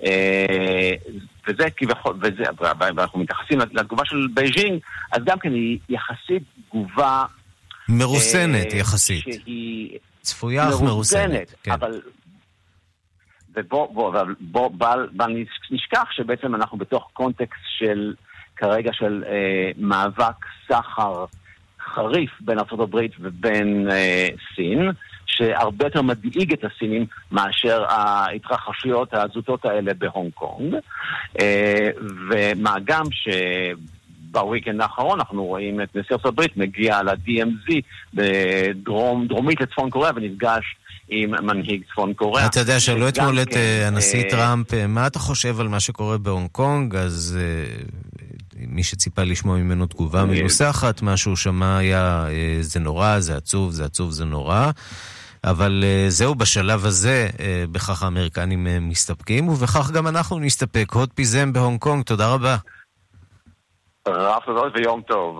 וזה כביכול, וזה, ואנחנו מתייחסים לתגובה של בייג'ינג, אז גם כן היא יחסית תגובה מרוסנת יחסית. שהיא צפויה אך מרוסנת. אבל ובוא, בוא, בוא, בל, בל נשכח שבעצם אנחנו בתוך קונטקסט של, כרגע של אה, מאבק סחר חריף בין ארצות הברית ובין אה, סין, שהרבה יותר מדאיג את הסינים מאשר ההתרחשויות הזוטות האלה בהונג קונג. אה, ומה גם שבוויקנד האחרון אנחנו רואים את נשיא ארצות הברית מגיע ל-די אם זי בדרום, דרומית לצפון קוריאה ונפגש עם מנהיג צפון קוריאה. אתה יודע שלא אתמול את הנשיא טראמפ, מה אתה חושב על מה שקורה בהונג קונג? אז מי שציפה לשמוע ממנו תגובה מנוסחת, מה שהוא שמע היה זה נורא, זה עצוב, זה עצוב, זה נורא. אבל זהו, בשלב הזה, בכך האמריקנים מסתפקים, ובכך גם אנחנו נסתפק. הוד פיזם בהונג קונג, תודה רבה. רב תודות ויום טוב.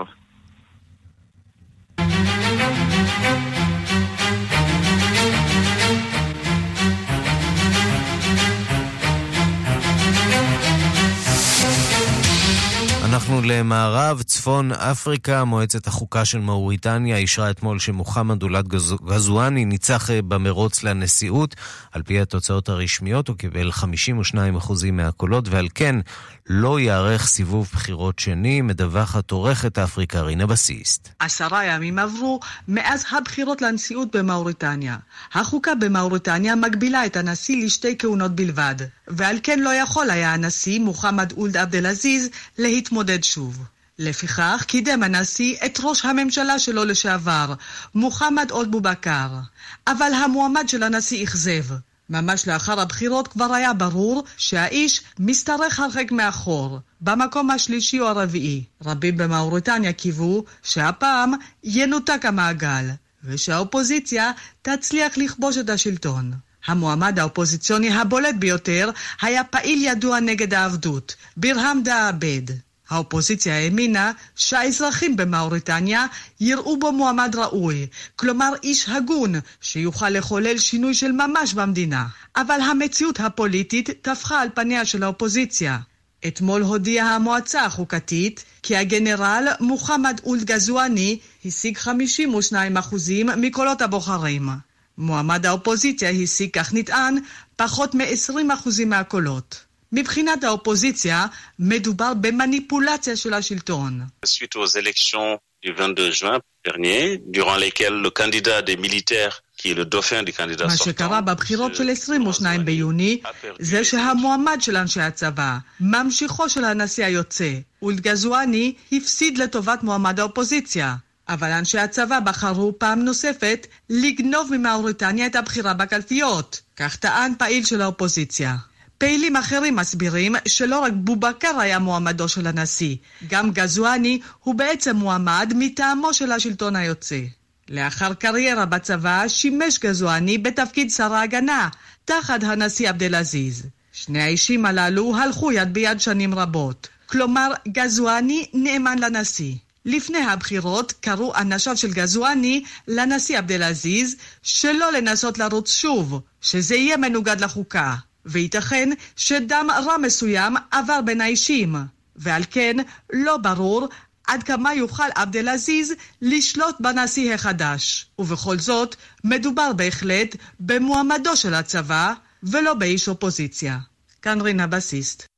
אנחנו למערב, צפון אפריקה. מועצת החוקה של מאוריטניה אישרה אתמול שמוחמד אולד גזואני ניצח במרוץ לנשיאות. על פי התוצאות הרשמיות הוא קיבל חמישים ושניים אחוז מהקולות, ועל כן לא יערך סיבוב בחירות שני. מדווחת עורכת אפריקה רינה בסיסט. עשרה ימים עברו מאז הבחירות לנשיאות במאוריטניה. החוקה במאוריטניה מגבילה את הנשיא לשתי כהונות בלבד, ועל כן לא יכול היה הנשיא מוחמד אולד עבדאלעזיז להתמודד שוב. לפיכך קידם הנשיא את ראש הממשלה שלו לשעבר, מוחמד אולד בובקר. אבל המועמד של הנשיא אכזב. ממש לאחר הבחירות כבר היה ברור שהאיש משתרך הרחק מאחור, במקום השלישי או הרביעי. רבים במאוריטניה קיוו שהפעם ינותק המעגל, ושהאופוזיציה תצליח לכבוש את השלטון. המועמד האופוזיציוני הבולט ביותר היה פעיל ידוע נגד העבדות, בירהם דעבד. האופוזיציה האמינה שהאזרחים במאוריטניה יראו בו מועמד ראוי, כלומר איש הגון שיוכל לחולל שינוי של ממש במדינה. אבל המציאות הפוליטית טפחה על פניה של האופוזיציה. אתמול הודיעה המועצה החוקתית כי הגנרל מוחמד אולד גזואני השיג חמישים ושניים אחוז מקולות הבוחרים. מועמד האופוזיציה השיג, כך נטען, פחות מ-עשרים אחוז מהקולות. מבחינת האופוזיציה, מדובר במניפולציה של השלטון. Suite aux élections du vingt-deux juin dernier, durant lesquelles le candidat des militaires, qui est le dauphin du candidat sortant, מה שקרה בבחירות של עשרים ושניים ביוני, זה שהמועמד של אנשי הצבא, ממשיכו של הנשיא היוצא, אולד גזואני, הפסיד לטובת מועמד האופוזיציה. אבל אנשי הצבא בחרו פעם נוספת לגנוב ממאוריטניה את הבחירה בקלפיות. כך טען פעיל של האופוזיציה. פעילים אחרים מסבירים שלא רק בובקר היה מועמדו של הנשיא, גם גזואני הוא בעצם מועמד מטעמו של השלטון היוצא. לאחר קריירה בצבא שימש גזואני בתפקיד שר ההגנה, תחת הנשיא עבדאלעזיז. שני האישים הללו הלכו יד ביד שנים רבות, כלומר גזואני נאמן לנשיא. לפני הבחירות קראו אנשיו של גזואני לנשיא עבדאלעזיז שלא לנסות לרוץ שוב, שזה יהיה מנוגד לחוקה. וייתכן שדם רע מסוים עבר בין האישים, ועל כן לא ברור עד כמה יוכל עבדאלעזיז לשלוט בנשיא החדש. ובכל זאת מדובר בהחלט במועמדו של הצבא ולא באיש אופוזיציה. כאן רינה בסיסט.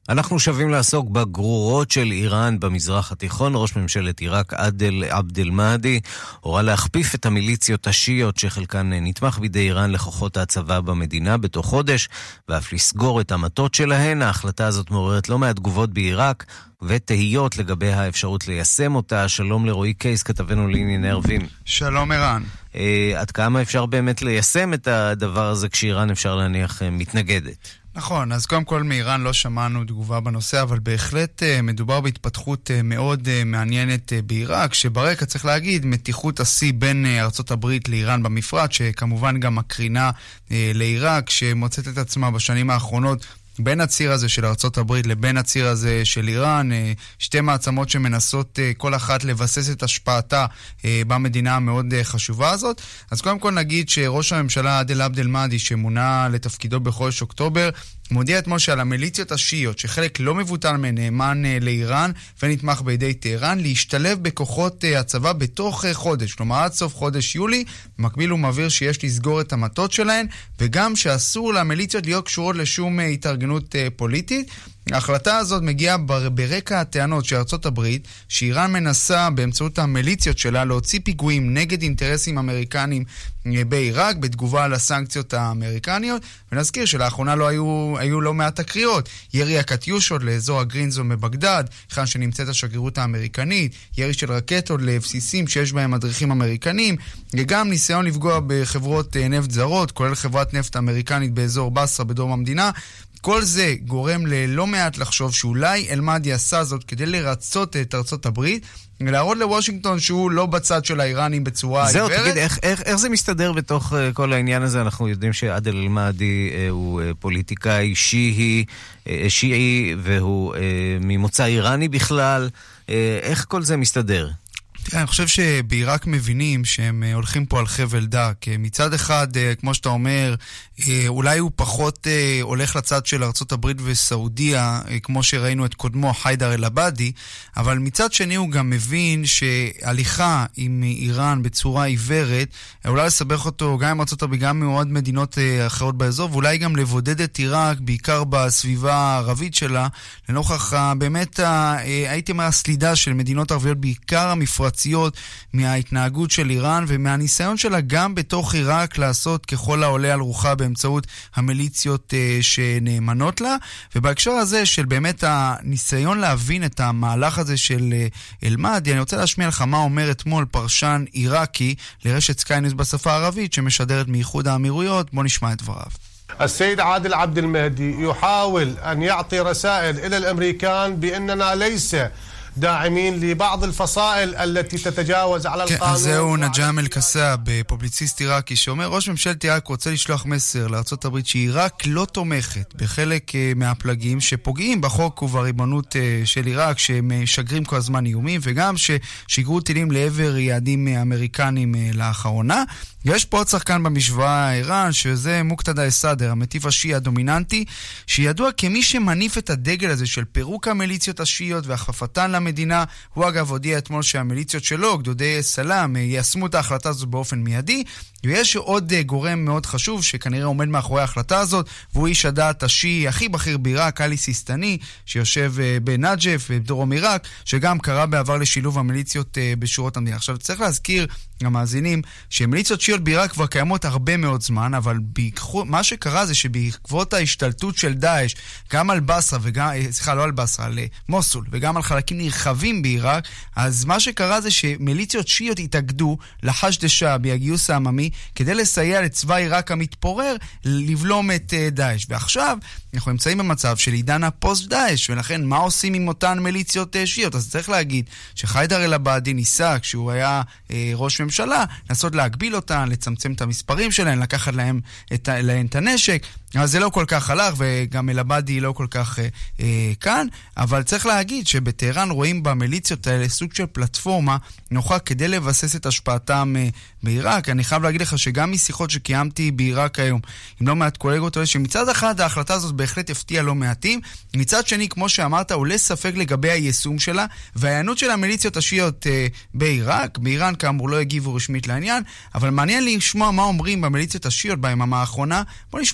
אנחנו שווים לעסוק בגרורות של איראן במזרח התיכון. ראש ממשלת עיראק עדל עבד אל-מהדי הורה להכפיף את המיליציות השיעיות שחלקן נתמך בידי איראן לכוחות הצבא במדינה בתוך חודש, ואף לסגור את המטות שלהן. ההחלטה הזאת מעוררת לא מעט תגובות בעיראק ותהיות לגבי האפשרות ליישם אותה. שלום לרועי קייס, כתבנו לענייני ערבים. שלום ערן. אה, עד כמה אפשר באמת ליישם את הדבר הזה כשאיראן אפשר להניח מתנגדת? נכון, אז קודם כל מאיראן לא שמענו תגובה בנושא, אבל בהחלט uh, מדובר בהתפתחות uh, מאוד uh, מעניינת uh, בעיראק, שברקע צריך להגיד מתיחות השיא בין uh, ארצות הברית לאיראן במפרט, שכמובן גם מקרינה uh, לעיראק, שמוצאת את עצמה בשנים האחרונות בין הציר הזה של ארצות הברית לבין הציר הזה של איראן, שתי מעצמות שמנסות כל אחת לבסס את השפעתה במדינה המאוד חשובה הזאת. אז קודם כל נגיד שראש הממשלה עדל עבד אל-מהדי, שמונה לתפקידו בחודש אוקטובר, מודיע אתמול שעל המיליציות השיעיות, שחלק לא מבוטל מנאמן לאיראן ונתמך בידי טהרן, להשתלב בכוחות הצבא בתוך חודש, כלומר עד סוף חודש יולי. מקביל הוא מבהיר שיש לסגור את המטות שלהן, וגם שאסור למיליציות להיות קשורות לשום התארגנות פוליטית. ההחלטה הזאת מגיעה ברקע הטענות של ארצות הברית, שאיראן מנסה באמצעות המיליציות שלה להוציא פיגועים נגד אינטרסים אמריקנים בעיראק, בתגובה על הסנקציות האמריקניות. ונזכיר שלאחרונה לא היו, היו לא מעט תקריות, ירי הקטיושות לאזור הגרינזון בבגדד, כאן שנמצאת השגרירות האמריקנית, ירי של רקטות לבסיסים שיש בהם מדריכים אמריקנים, וגם ניסיון לפגוע בחברות נפט זרות, כולל חברת נפט אמריקנית באזור בסרה בדרום המדינה. כל זה גורם ללא מעט לחשוב שאולי אל-מהדי עשה זאת כדי לרצות את ארצות הברית, ולהראות לוושינגטון שהוא לא בצד של האיראנים בצורה עיוורת. זהו, תגיד, איך, איך, איך זה מסתדר בתוך uh, כל העניין הזה? אנחנו יודעים שעדל אל-מהדי uh, הוא uh, פוליטיקאי שיעי, uh, שיעי, והוא uh, ממוצא איראני בכלל. Uh, איך כל זה מסתדר? תראה, אני חושב שבעיראק מבינים שהם הולכים פה על חבל דק. מצד אחד, כמו שאתה אומר, אולי הוא פחות הולך לצד של ארצות הברית וסעודיה, כמו שראינו את קודמו חיידר אל-עבאדי, אבל מצד שני הוא גם מבין שהליכה עם איראן בצורה עיוורת, אולי לסבך אותו גם עם ארצות הברית, גם עם עוד מדינות אחרות באזור, ואולי גם לבודד את עיראק, בעיקר בסביבה הערבית שלה, לנוכח באמת, הייתי אומר, הסלידה של מדינות ערביות, בעיקר המפרץ מההתנהגות של איראן ומהניסיון שלה גם בתוך עיראק לעשות ככל העולה על רוחה באמצעות המיליציות שנאמנות לה. ובהקשר הזה של באמת הניסיון להבין את המהלך הזה של אל-מהדי, אני רוצה להשמיע לך מה אומר אתמול פרשן עיראקי לרשת סקיי ניוז בשפה הערבית שמשדרת מאיחוד האמירויות. בוא נשמע את דבריו. السيد عادل عبد المهدي يحاول أن يعطي رسائل إلى الأمريكان بأننا ليس داعمين لبعض الفصائل التي تتجاوز على القانون. זהו נג'אם אל-קסאב, פובליציסט עיראקי, שאומר ראש ממשלת עיראק רוצה לשלוח מסר לארצות הברית שעיראק לא תומכת בחלק מהפלגים שפוגעים בחוק ובריבונות של עיראק, שמשגרים כל הזמן איומים, וגם ששיגרו טילים לעבר יעדים אמריקנים לאחרונה. יש פה עוד שחקן במשוואה איראן, שזה מוקתדה א-סאדר, המטיף השיעי הדומיננטי, שידוע כמי שמניף את הדגל הזה של פירוק המיליציות השיעיות והחפתן למדינה. הוא אגב הודיע אתמול שהמיליציות שלו, גדודי סלאם, יישמו את ההחלטה הזו באופן מיידי. ויש עוד גורם מאוד חשוב שכנראה עומד מאחורי ההחלטה הזאת, והוא איש הדת השיעי הכי בכיר בעיראק, עלי סיסטני, שיושב בנג'ף, בדרום עיראק, שגם קרא בעבר לשילוב המיליציות בשורות המדינה. עכשיו צריך להזכיר המאזינים שמיליציות שיעיות בעיראק כבר קיימות הרבה מאוד זמן, אבל בעקבות, מה שקרה זה שבעקבות ההשתלטות של דאעש, גם על בסרה וגם, סליחה, לא על בסרה, על מוסול, וגם על חלקים נרחבים בעיראק, אז מה שקרה זה שמיליציות שיעיות התאגדו לחשדשה בהגיוס העממי, כדי לסייע לצבא עיראק המתפורר לבלום את דאעש. ועכשיו אנחנו נמצאים במצב של עידן הפוסט דאעש, ולכן מה עושים עם אותן מיליציות שיעיות? אז צריך להגיד שחיידר אל-עבאדי ניסה, כשהוא היה אה, ראש ממשלה, לנסות להגביל אותן, לצמצם את המספרים שלהן, לקחת להם את, להם את הנשק, אבל זה לא כל כך הלך, וגם אל-עבאדי לא כל כך אה, אה, כאן, אבל צריך להגיד שבטהרן רואים במיליציות האלה סוג של פלטפורמה נוחה כדי לבסס את השפעתם אה, בעיראק. אני חייב להגיד לך שגם משיחות שקיימתי בעיראק היום, עם לא מעט קולגות, שמצד אחד ההחלטה הזאת בהחלט הפתיעה לא מעטים, מצד שני, כמו שאמרת, עולה ספק לגבי היישום שלה, והעיינות של המיליציות השיעיות אה, בעיראק, באיראן כאמור לא הגיבו רשמית לעניין, אבל מעניין לי לשמוע מה אומרים במיליציות השיעיות ביממה האחרונה. בוא נשמע שיחה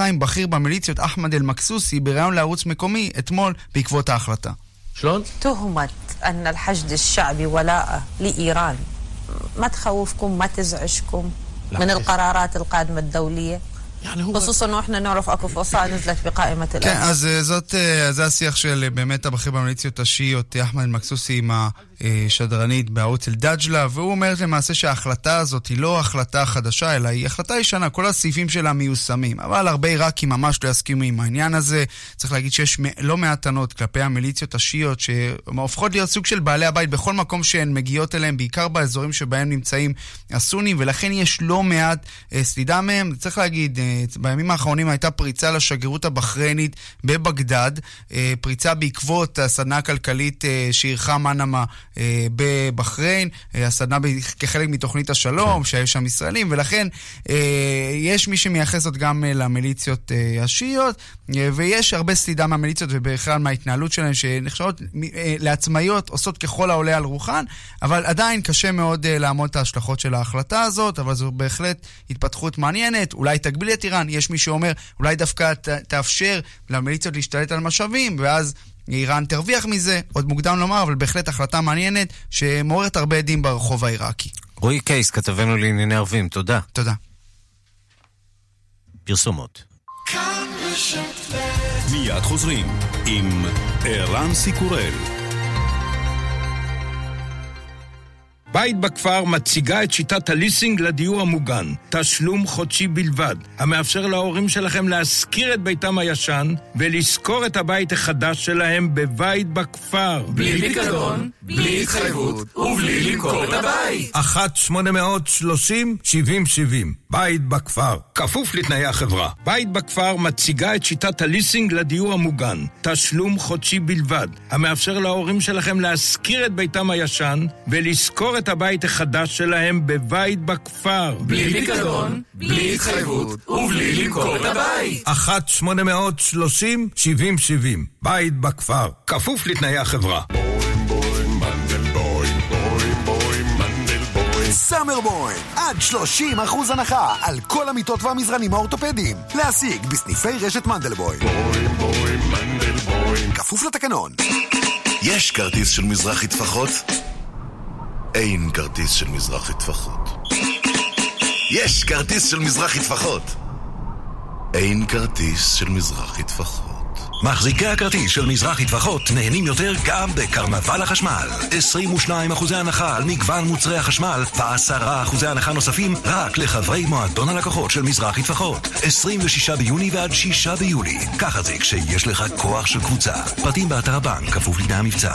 שתיים, בכיר במיליציות אחמד אל-מקסוסי בראיון לערוץ מקומי אתמול בעקבות ההחלטה. شلون؟ تهمت أن الحشد الشعبي ولاء لإيران ما تخوفكم ما تزعجكم من القرارات القادمة الدولية؟ خصوصا ואנחנו נערף אקו פוסה נזלת בקائמת אל-אס. כן, אז זאת, זה השיח של באמת הבכיר במיליציות השיעיות, אחמד אל-מקסוסי עם השדרנית בערוץ אל-דג'לה, והוא אומר למעשה שההחלטה הזאת היא לא החלטה חדשה, אלא היא החלטה ישנה, כל הסעיפים שלה מיושמים, אבל הרבה עיראקים ממש לא יסכימו עם העניין הזה. צריך להגיד שיש לא מעט טענות כלפי המיליציות השיעיות, שהופכות להיות סוג של בעלי הבית בכל מקום שהן מגיעות אליהם, בעיקר באזורים שבהם נמצאים הסונים, ולכן יש לא מעט סלידה מהם. צריך להגיד, בימים האחרונים הייתה פריצה לשגרירות הבחריינית בבגדד, פריצה בעקבות הסדנה הכלכלית שערכה מנמה בבחריין, הסדנה כחלק מתוכנית השלום שהיו שם ישראלים, ולכן יש מי שמייחס זאת גם למיליציות השיעיות, ויש הרבה סלידה מהמיליציות ובכלל מההתנהלות שלהם שנחשבות לעצמאיות, עושות ככל העולה על רוחן, אבל עדיין קשה מאוד לעמוד את ההשלכות של ההחלטה הזאת, אבל זו בהחלט התפתחות מעניינת. אולי תגביל את איראן, יש מי שאומר אולי דווקא תאפשר למיליציות להשתלט על משאבים, ואז איראן תרוויח מזה, עוד מוקדם לומר, אבל בהחלט החלטה מעניינת שמעוררת הרבה עדים ברחוב העיראקי. רועי קייס, כתבנו לענייני ערבים, תודה. תודה. פרסומות. מיד חוזרים עם ערן סיקורל. בית בכפר מציגה את שיטת הליסינג לדיור המוגן, תשלום חודשי בלבד, המאפשר להורים שלכם להשכיר את ביתם הישן ולזכור את הבית החדש שלהם בבית בכפר. בלי פיקדון, בלי התחייבות ובלי למכור את הבית. אחת שמונה שלושים שבעים שבעים, בית בכפר, כפוף לתנאי החברה. בית בכפר מציגה את שיטת הליסינג לדיור המוגן, תשלום חודשי בלבד, המאפשר להורים שלכם להשכיר את ביתם הישן ולזכור את הבית החדש שלהם בבית בכפר. בלי פיקדון, בלי התחייבות ובלי למכור את הבית. אחת שמונה שלושים שבעים שבעים, בית בכפר, כפוף לתנאי החברה. סאמר בוים, עד שלושים אחוז הנחה על כל המיטות והמזרנים האורתופדיים. להשיג בסניפי רשת מנדלבוים. כפוף לתקנון. יש כרטיס של מזרחי טפחות? אין כרטיס של מזרחי טפחות. יש כרטיס של מזרחי טפחות. אין כרטיס של מזרחי טפחות. מחזיקי הכרטיס של מזרחי טפחות נהנים יותר גם בקרנבל החשמל. עשרים ושניים אחוזי הנחה על מגוון מוצרי החשמל ו-עשרה אחוזי הנחה נוספים רק לחברי מועדון הלקוחות של מזרחי טפחות. עשרים ושישה ביוני ועד שישה ביולי. ככה זה כשיש לך כוח של קבוצה. פרטים באתר הבנק, כפוף לתנאי המבצע.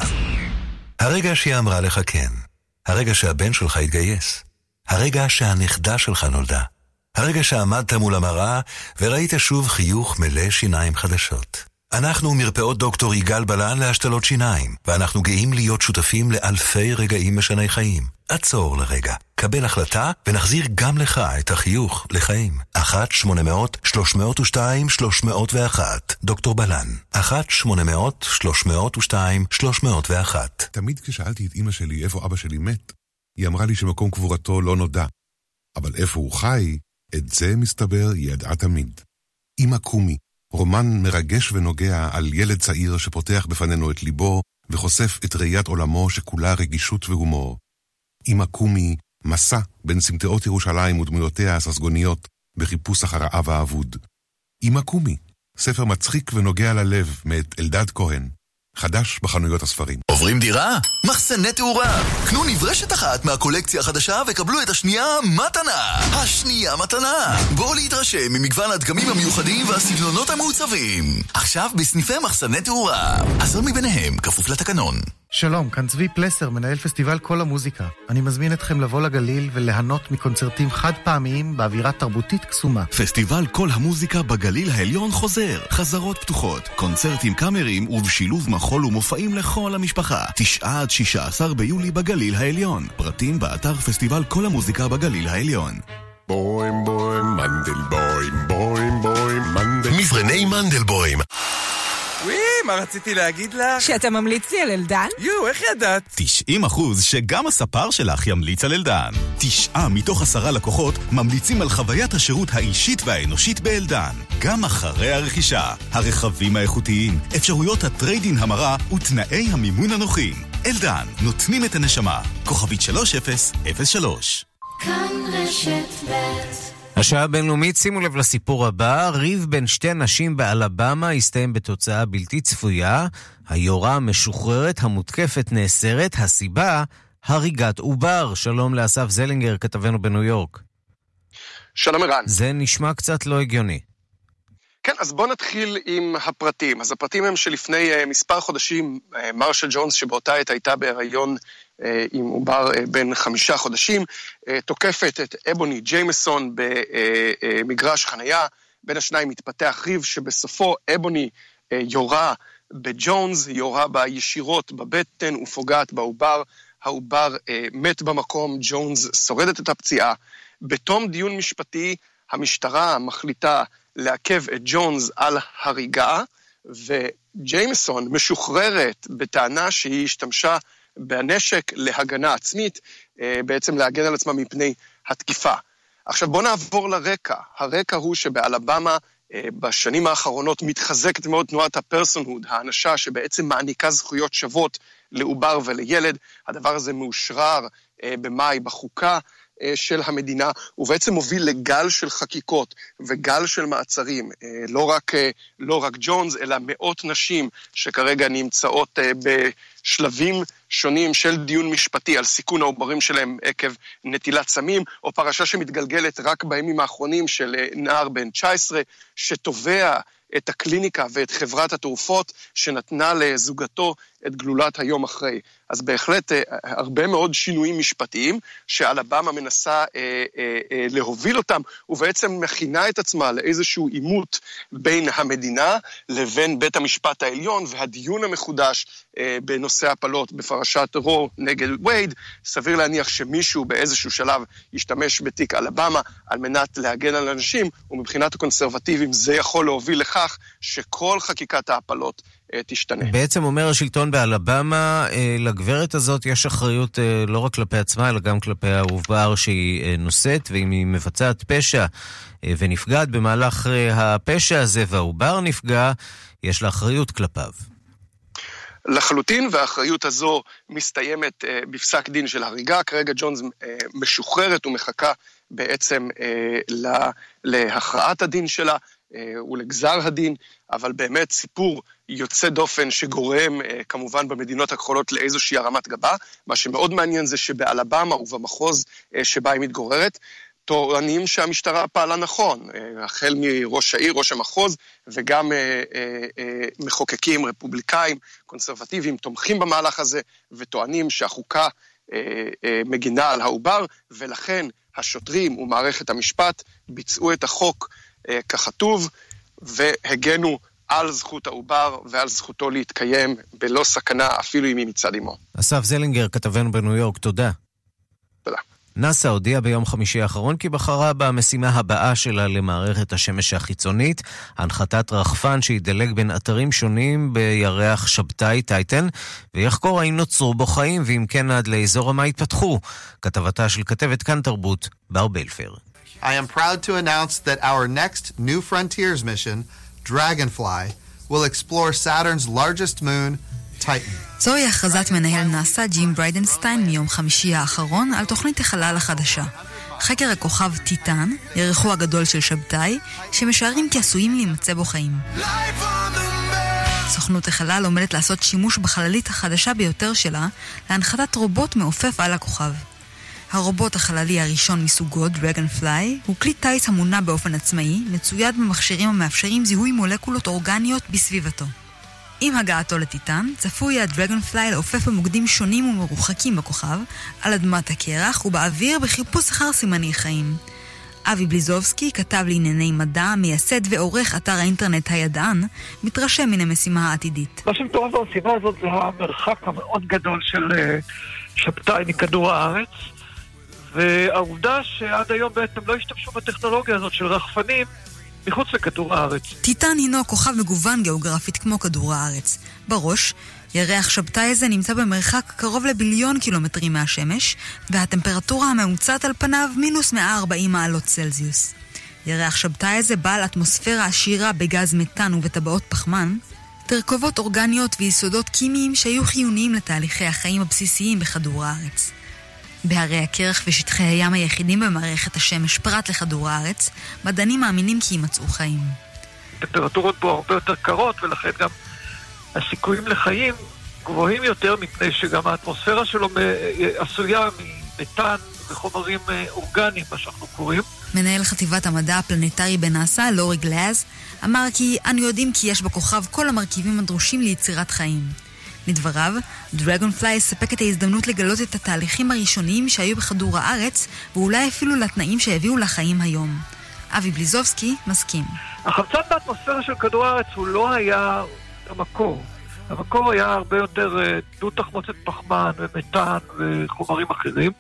הרגע שהיא אמרה לך כן. הרגע שהבן שלך התגייס. הרגע שהנכדה שלך נולדה. הרגע שעמדת מול המראה וראית שוב חיוך מלא שיניים חדשות. אנחנו מרפאות דוקטור יגאל בלן להשתלות שיניים, ואנחנו גאים להיות שותפים לאלפי רגעים משני חיים. עצור לרגע, קבל החלטה ונחזיר גם לך את החיוך לחיים. אחת שמונה מאות שלוש מאות ושתיים שלוש מאות ואחת, דוקטור בלן. אחת שמונה מאות שלוש מאות ושתיים שלוש מאות ואחת. תמיד כששאלתי את אמא שלי איפה אבא שלי מת, היא אמרה לי שמקום קבורתו לא נודע. אבל איפה הוא חי, את זה מסתבר ידעה תמיד. אמא קומי, רומן מרגש ונוגע על ילד צעיר שפותח בפנינו את ליבו וחושף את ראיית עולמו שכולה רגישות והומור. אמא קומי, מסע בין סמטאות ירושלים ודמויותיה הססגוניות בחיפוש אחר האב האבוד. אמא קומי, ספר מצחיק ונוגע ללב מאת אלדד כהן. חדש בחנויות הספרים. עוברים דירה? מחסני תאורה. קנו נברשת אחת מהקולקציה החדשה וקבלו את השנייה מתנה. השנייה מתנה. בואו להתרשם ממגוון הדגמים המיוחדים והסגנונות המעוצבים. עכשיו בסניפי מחסני תאורה. עשר מביניהם כפוף לתקנון. שלום, כאן צבי פלסר, מנהל פסטיבל כל המוזיקה. אני מזמין אתכם לבוא לגליל וליהנות מקונצרטים חד פעמיים באווירה תרבותית קסומה. פסטיבל כל המוזיקה בגליל העליון חוזר. חזרות פתוחות, קונצרטים קאמריים ובשילוב מחול ומופעים לכל המשפחה. תשעה עד שישה עשר ביולי בגליל העליון. פרטים באתר פסטיבל כל המוזיקה בגליל העליון. בוים בוים מנדל בוים בוים בוים מנדל. מברני מנדל בוים. וואו! מה רציתי להגיד לך? שאתה ממליץ לי על אלדן? יו, איך ידעת? תשעים אחוז שגם הספר שלך ימליץ על אלדן. תשעה מתוך עשרה לקוחות ממליצים על חוויית השירות האישית והאנושית באלדן. גם אחרי הרכישה, הרכבים האיכותיים, אפשרויות הטריידין המרה ותנאי המימון הנוחים. אלדן, נותנים את הנשמה. כוכבית שלוש אפס אפס שלוש. כאן רשת ב'. השעה הבינלאומית, שימו לב לסיפור הבא, ריב בין שתי נשים באלבמה הסתיים בתוצאה בלתי צפויה, היורה המשוחררת המותקפת נאסרת, הסיבה, הריגת עובר. שלום לאסף זלינגר, כתבנו בניו יורק. שלום ערן. זה נשמע קצת לא הגיוני. כן, אז בוא נתחיל עם הפרטים. אז הפרטים הם שלפני uh, מספר חודשים, uh, מרשל ג'ונס, שבאותה עת הייתה בהיריון uh, עם עובר uh, בין חמישה חודשים, uh, תוקפת את אבוני ג'יימסון במגרש uh, uh, חנייה. בין השניים מתפתח ריב שבסופו אבוני uh, יורה בג'ונס, יורה בה ישירות בבטן ופוגעת בעובר. העובר uh, מת במקום, ג'ונס שורדת את הפציעה. בתום דיון משפטי, המשטרה מחליטה לעכב את ג'ונס על הריגה, וג'יימסון משוחררת בטענה שהיא השתמשה בנשק להגנה עצמית, בעצם להגן על עצמה מפני התקיפה. עכשיו בוא נעבור לרקע. הרקע הוא שבאלבמה בשנים האחרונות מתחזקת מאוד תנועת הפרסונהוד, האנשה שבעצם מעניקה זכויות שוות לעובר ולילד. הדבר הזה מאושרר במאי בחוקה של המדינה, ובעצם מוביל לגל של חקיקות וגל של מעצרים, לא רק, לא רק ג'ונס, אלא מאות נשים שכרגע נמצאות בשלבים שונים של דיון משפטי על סיכון העוברים שלהם עקב נטילת סמים, או פרשה שמתגלגלת רק בימים האחרונים של נער בן תשע עשרה, שתובע את הקליניקה ואת חברת התרופות שנתנה לזוגתו את גלולת היום אחרי. אז בהחלט הרבה מאוד שינויים משפטיים שאלבמה מנסה אה, אה, אה, להוביל אותם, ובעצם מכינה את עצמה לאיזשהו עימות בין המדינה לבין בית המשפט העליון, והדיון המחודש אה, בנושא הפלות בפרשת רו נגד וייד. סביר להניח שמישהו באיזשהו שלב ישתמש בתיק אלבמה על מנת להגן על אנשים, ומבחינת הקונסרבטיבים זה יכול להוביל לכך שכל חקיקת ההפלות תשתנה. בעצם אומר השלטון באלבמה, לגברת הזאת יש אחריות לא רק כלפי עצמה, אלא גם כלפי העובר שהיא נושאת, ואם היא מבצעת פשע ונפגעת במהלך הפשע הזה, והעובר נפגע, יש לה אחריות כלפיו. לחלוטין, והאחריות הזו מסתיימת בפסק דין של הריגה. כרגע ג'ונס משוחררת ומחכה בעצם להכרעת הדין שלה, ולגזר הדין, אבל באמת סיפור יוצא דופן שגורם כמובן במדינות הכחולות לאיזושהי הרמת גבה. מה שמאוד מעניין זה שבאלבמה ובמחוז שבה היא מתגוררת, טוענים שהמשטרה פעלה נכון, החל מראש העיר, ראש המחוז, וגם מחוקקים רפובליקאים, קונסרבטיביים, תומכים במהלך הזה, וטוענים שהחוקה מגינה על העובר, ולכן השוטרים ומערכת המשפט ביצעו את החוק ככתוב, והגנו על זכות העובר ועל זכותו להתקיים בלא סכנה, אפילו אם היא מצד אמו. אסף זלינגר, כתבנו בניו יורק, תודה. תודה. נאס"א הודיעה ביום חמישי האחרון כי בחרה במשימה הבאה שלה למערכת השמש החיצונית, הנחתת רחפן שידלג בין אתרים שונים בירח שבתאי טייטן, ויחקור האם נוצרו בו חיים, ואם כן עד לאזור המה התפתחו. כתבתה של כתבת כאן תרבות, בר בלפר. I am proud to announce that our next New Frontiers mission, Dragonfly, will explore Saturn's largest moon, Titan. זוהי הכרזת מנהל נאס"א ג'ים בריידנסטיין מיום חמישי האחרון על תוכנית החלל החדשה. חקר הכוכב טיטן, ירחו הגדול של שבתאי, שמשערים כי עשויים להימצא בו חיים. סוכנות החלל עומדת לעשות שימוש בחללית החדשה ביותר שלה להנחתת רובוט מעופף על הכוכב. הרובוט החללי הראשון מסוגו, דרגונפליי, הוא כלי טייס המונע באופן עצמאי, מצויד במכשירים המאפשרים זיהוי מולקולות אורגניות בסביבתו. עם הגעתו לטיטן, צפוי הדרגונפליי לעופף במוקדים שונים ומרוחקים בכוכב, על אדמת הקרח ובאוויר בחיפוש אחר סימני חיים. אבי בליזובסקי, כתב לענייני מדע, מייסד ועורך אתר האינטרנט הידען, מתרשם מן המשימה העתידית. מה שמטורף במשימה הזאת זה המרחק המאוד גדול של שבתאי מכדור הארץ, והעובדה שעד היום בעצם לא השתמשו בטכנולוגיה הזאת של רחפנים, מחוץ לכדור הארץ. טיטן הינו כוכב מגוון גיאוגרפית כמו כדור הארץ. בראש, ירח שבתאי זה נמצא במרחק קרוב לביליון קילומטרים מהשמש, והטמפרטורה הממוצעת על פניו מינוס מאה וארבעים מעלות צלזיוס. ירח שבתאי זה בעל אטמוספירה עשירה בגז מתאן ובטבעות פחמן, תרכובות אורגניות ויסודות קימיים שהיו חיוניים לתהליכי החיים הבסיסיים בכדור הארץ. בהרי הקרח ושטחי הים היחידים במערכת השמש פרט לכדור הארץ, מדענים מאמינים כי יימצאו חיים. טמפרטורות בו הרבה יותר קרות, ולכן גם הסיכויים לחיים גבוהים יותר, מפני שגם האטמוספירה שלו עשויה ממתאן וחומרים אורגניים, מה שאנחנו קוראים. מנהל חטיבת המדע הפלנטרי בנאסא, לורי גלאז, אמר כי אנו יודעים כי יש בכוכב כל המרכיבים הדרושים ליצירת חיים. לדבריו, דרגונפליי יספק את ההזדמנות לגלות את התהליכים הראשוניים שהיו בכדור הארץ, ואולי אפילו לתנאים שהביאו לחיים היום. אבי בליזובסקי מסכים. החמצן באטמוספירה של כדור הארץ הוא לא היה המקור. המקור היה הרבה יותר דו תחמוצת פחמן ומתאן וחומרים אחרים.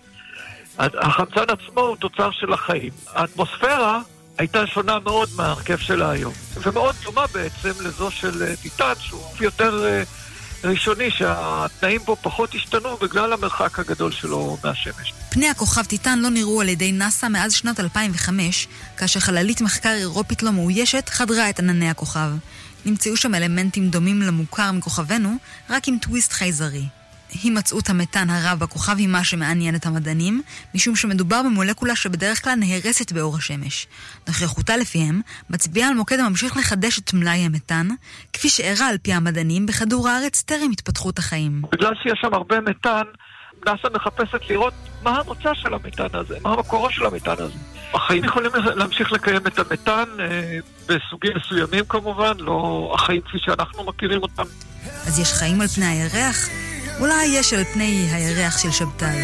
החמצן עצמו הוא תוצר של החיים. האטמוספירה הייתה שונה מאוד מההרכב שלה היום, ומאוד דומה בעצם לזו של טיטן, שהוא יותר ראשוני, שהתנאים בו פחות השתנו בגלל המרחק הגדול שלו מהשמש. פני הכוכב טיטן לא נראו על ידי נאסא מאז שנת אלפיים וחמש, כאשר חללית מחקר אירופית לא מאוישת חדרה את ענני הכוכב. נמצאו שם אלמנטים דומים למוכר מכוכבנו, רק עם טוויסט חייזרי. הימצאות המתאן הרב בכוכב היא מה שמעניין את המדענים, משום שמדובר במולקולה שבדרך כלל נהרסת באור השמש. נוכחותה לפיהם מצביעה על מוקד הממשיך לחדש את מלאי המתאן, כפי שאירע על פי המדענים בכדור הארץ טרם התפתחות החיים. בגלל שיש שם הרבה מתאן, נאסא מחפשת לראות מה המוצא של המתאן הזה, מה המקורו של המתאן הזה. החיים יכולים להמשיך לקיים את המתאן אה, בסוגים מסוימים כמובן, לא החיים כפי שאנחנו מכירים אותם. אז יש חיים על פני הירח? אולי יש על פני הירח של שבתאי.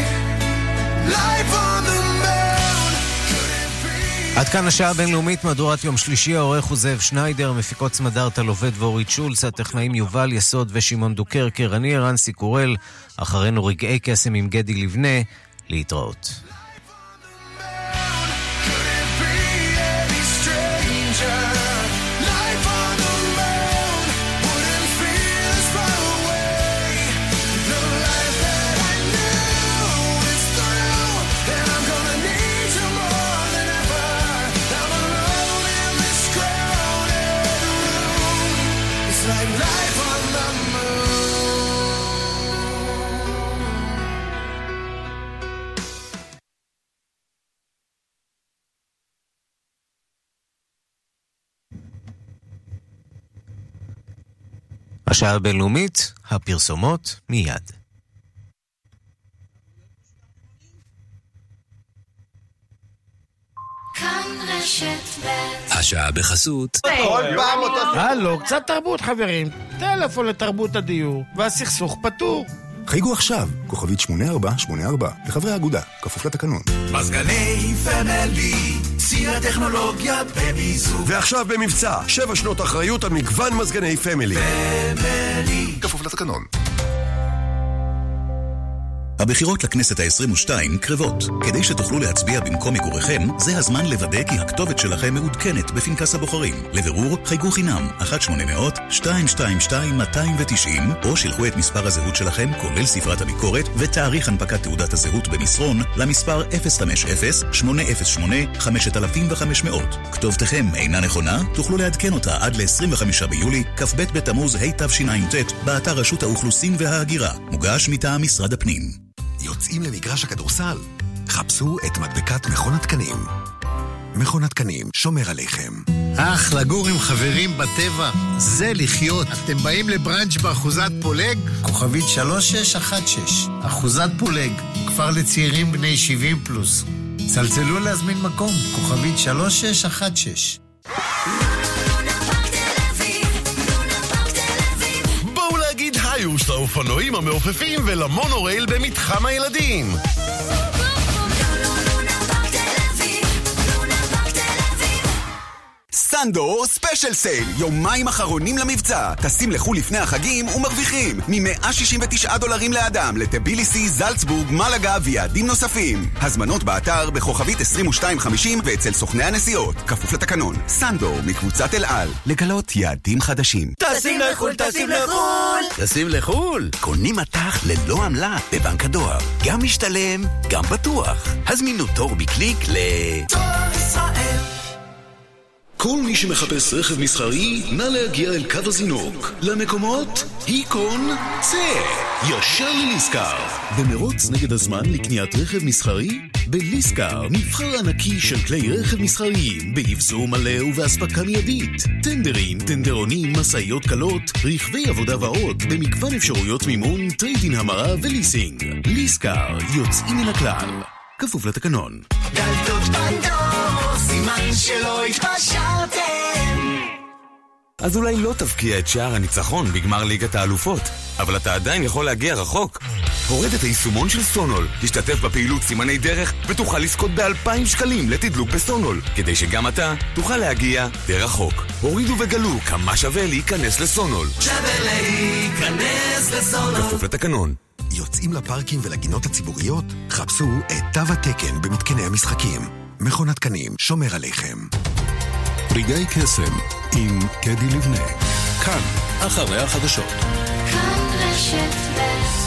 עד כאן השעה הבינלאומית, מהדורת יום שלישי. העורך הוא זאב שניידר, מפיקות סמדארטה לובד ואורית שולץ, הטכנאים יובל יסוד ושמעון דוקרקר, אני ערן סיקורל. אחרינו רגעי קסם עם גדי לבנה. להתראות. השעה הבינלאומית, הפרסומות מיד. כאן רשת ב' השעה בחסות. הלו, קצת תרבות חברים. טלפון לתרבות הדיור, והסכסוך פתור. חייגו עכשיו, כוכבית שמונה ארבע שמונה ארבע, לחברי האגודה, כפוף לתקנון. מזגני פמילי, סיר הטכנולוגיה במיזוג. ועכשיו במבצע, שבע שנות אחריות על מגוון מזגני פמילי. פמילי. כפוף לתקנון. הבחירות לכנסת ה-עשרים ושתיים קרבות. כדי שתוכלו להצביע במקום מגוריכם, זה הזמן לוודא כי הכתובת שלכם מעודכנת בפנקס הבוחרים. לבירור, חייגו חינם אחת שמונה אפס אפס שתיים שתיים שתיים מאתיים תשעים, או שלחו את מספר הזהות שלכם, כולל ספרת הביקורת, ותאריך הנפקת תעודת הזהות במסרון, למספר אפס חמש אפס שמונה אפס שמונה חמש אלף וחמש מאות. כתובתכם אינה נכונה, תוכלו לעדכן אותה עד ל-עשרים וחמישה ביולי, כ"ב בתמוז התשע"ט, באתר רשות האוכלוסין וההגירה. מוגש מטעם משרד הפנים. יוצאים למגרש הכדורסל? חפשו את מדבקת מכון התקנים. מכון התקנים שומר עליכם. אך, לגור עם חברים בטבע, זה לחיות. אתם באים לברנץ' באחוזת פולג? כוכבית שלוש שש אחת שש. אחוזת פולג, כפר לצעירים בני שבעים פלוס. צלצלו להזמין מקום, כוכבית שלוש שש אחת שש. היוש לאופנועים המעופפים ולמונורייל במתחם הילדים. סע סנדור ספיישל סייל, יומיים אחרונים למבצע. טסים לחול לפני החגים ומרוויחים מ-מאה שישים ותשעה דולרים לאדם לטביליסי, זלצבורג, מלגה ויעדים נוספים. הזמנות באתר בכוכבית עשרים ושתיים חמישים ואצל סוכני הנסיעות. כפוף לתקנון. סנדור מקבוצת אל על. לגלות יעדים חדשים. טסים לחול, טסים לחול! טסים לחול! קונים מטח ללא עמלה בבנק הדואר. גם משתלם, גם בטוח. הזמינו תור בקליק ל... תור ישראל. כל מי שמחפש רכב מסחרי, נא להגיע אל קו הזינוק. למקומות, היקון, צא. ישר לליסקר. במרוץ נגד הזמן לקניית רכב מסחרי, בליסקר מבחר ענקי של כלי רכב מסחריים, באבזור מלא ובהספקה מיידית. טנדרים, טנדרונים, מסעיות קלות, רכבי עבודה ועוד, במגוון אפשרויות מימון, טריידין המרה וליסינג. ליסקר, יוצאים מן הכלל. כפוף לתקנון. דלתות פנדור, סימן שלא התפשרתם. אז אולי לא תבקיע את שער הניצחון בגמר ליגת האלופות, אבל אתה עדיין יכול להגיע רחוק. הורד את היישומון של סונול, תשתתף בפעילות סימני דרך ותוכל לזכות באלפיים שקלים לתדלוק בסונול, כדי שגם אתה תוכל להגיע די רחוק. הורידו וגלו כמה שווה להיכנס לסונול. שווה להיכנס לסונול. כפוף לתקנון. יוצאים לפארקים ולגינות הציבוריות? חפשו את תו התקן במתקני המשחקים. מכון התקנים שומר עליכם. רגעי קסם עם קדי לבנה. כאן, אחרי החדשות. כאן רשת ב'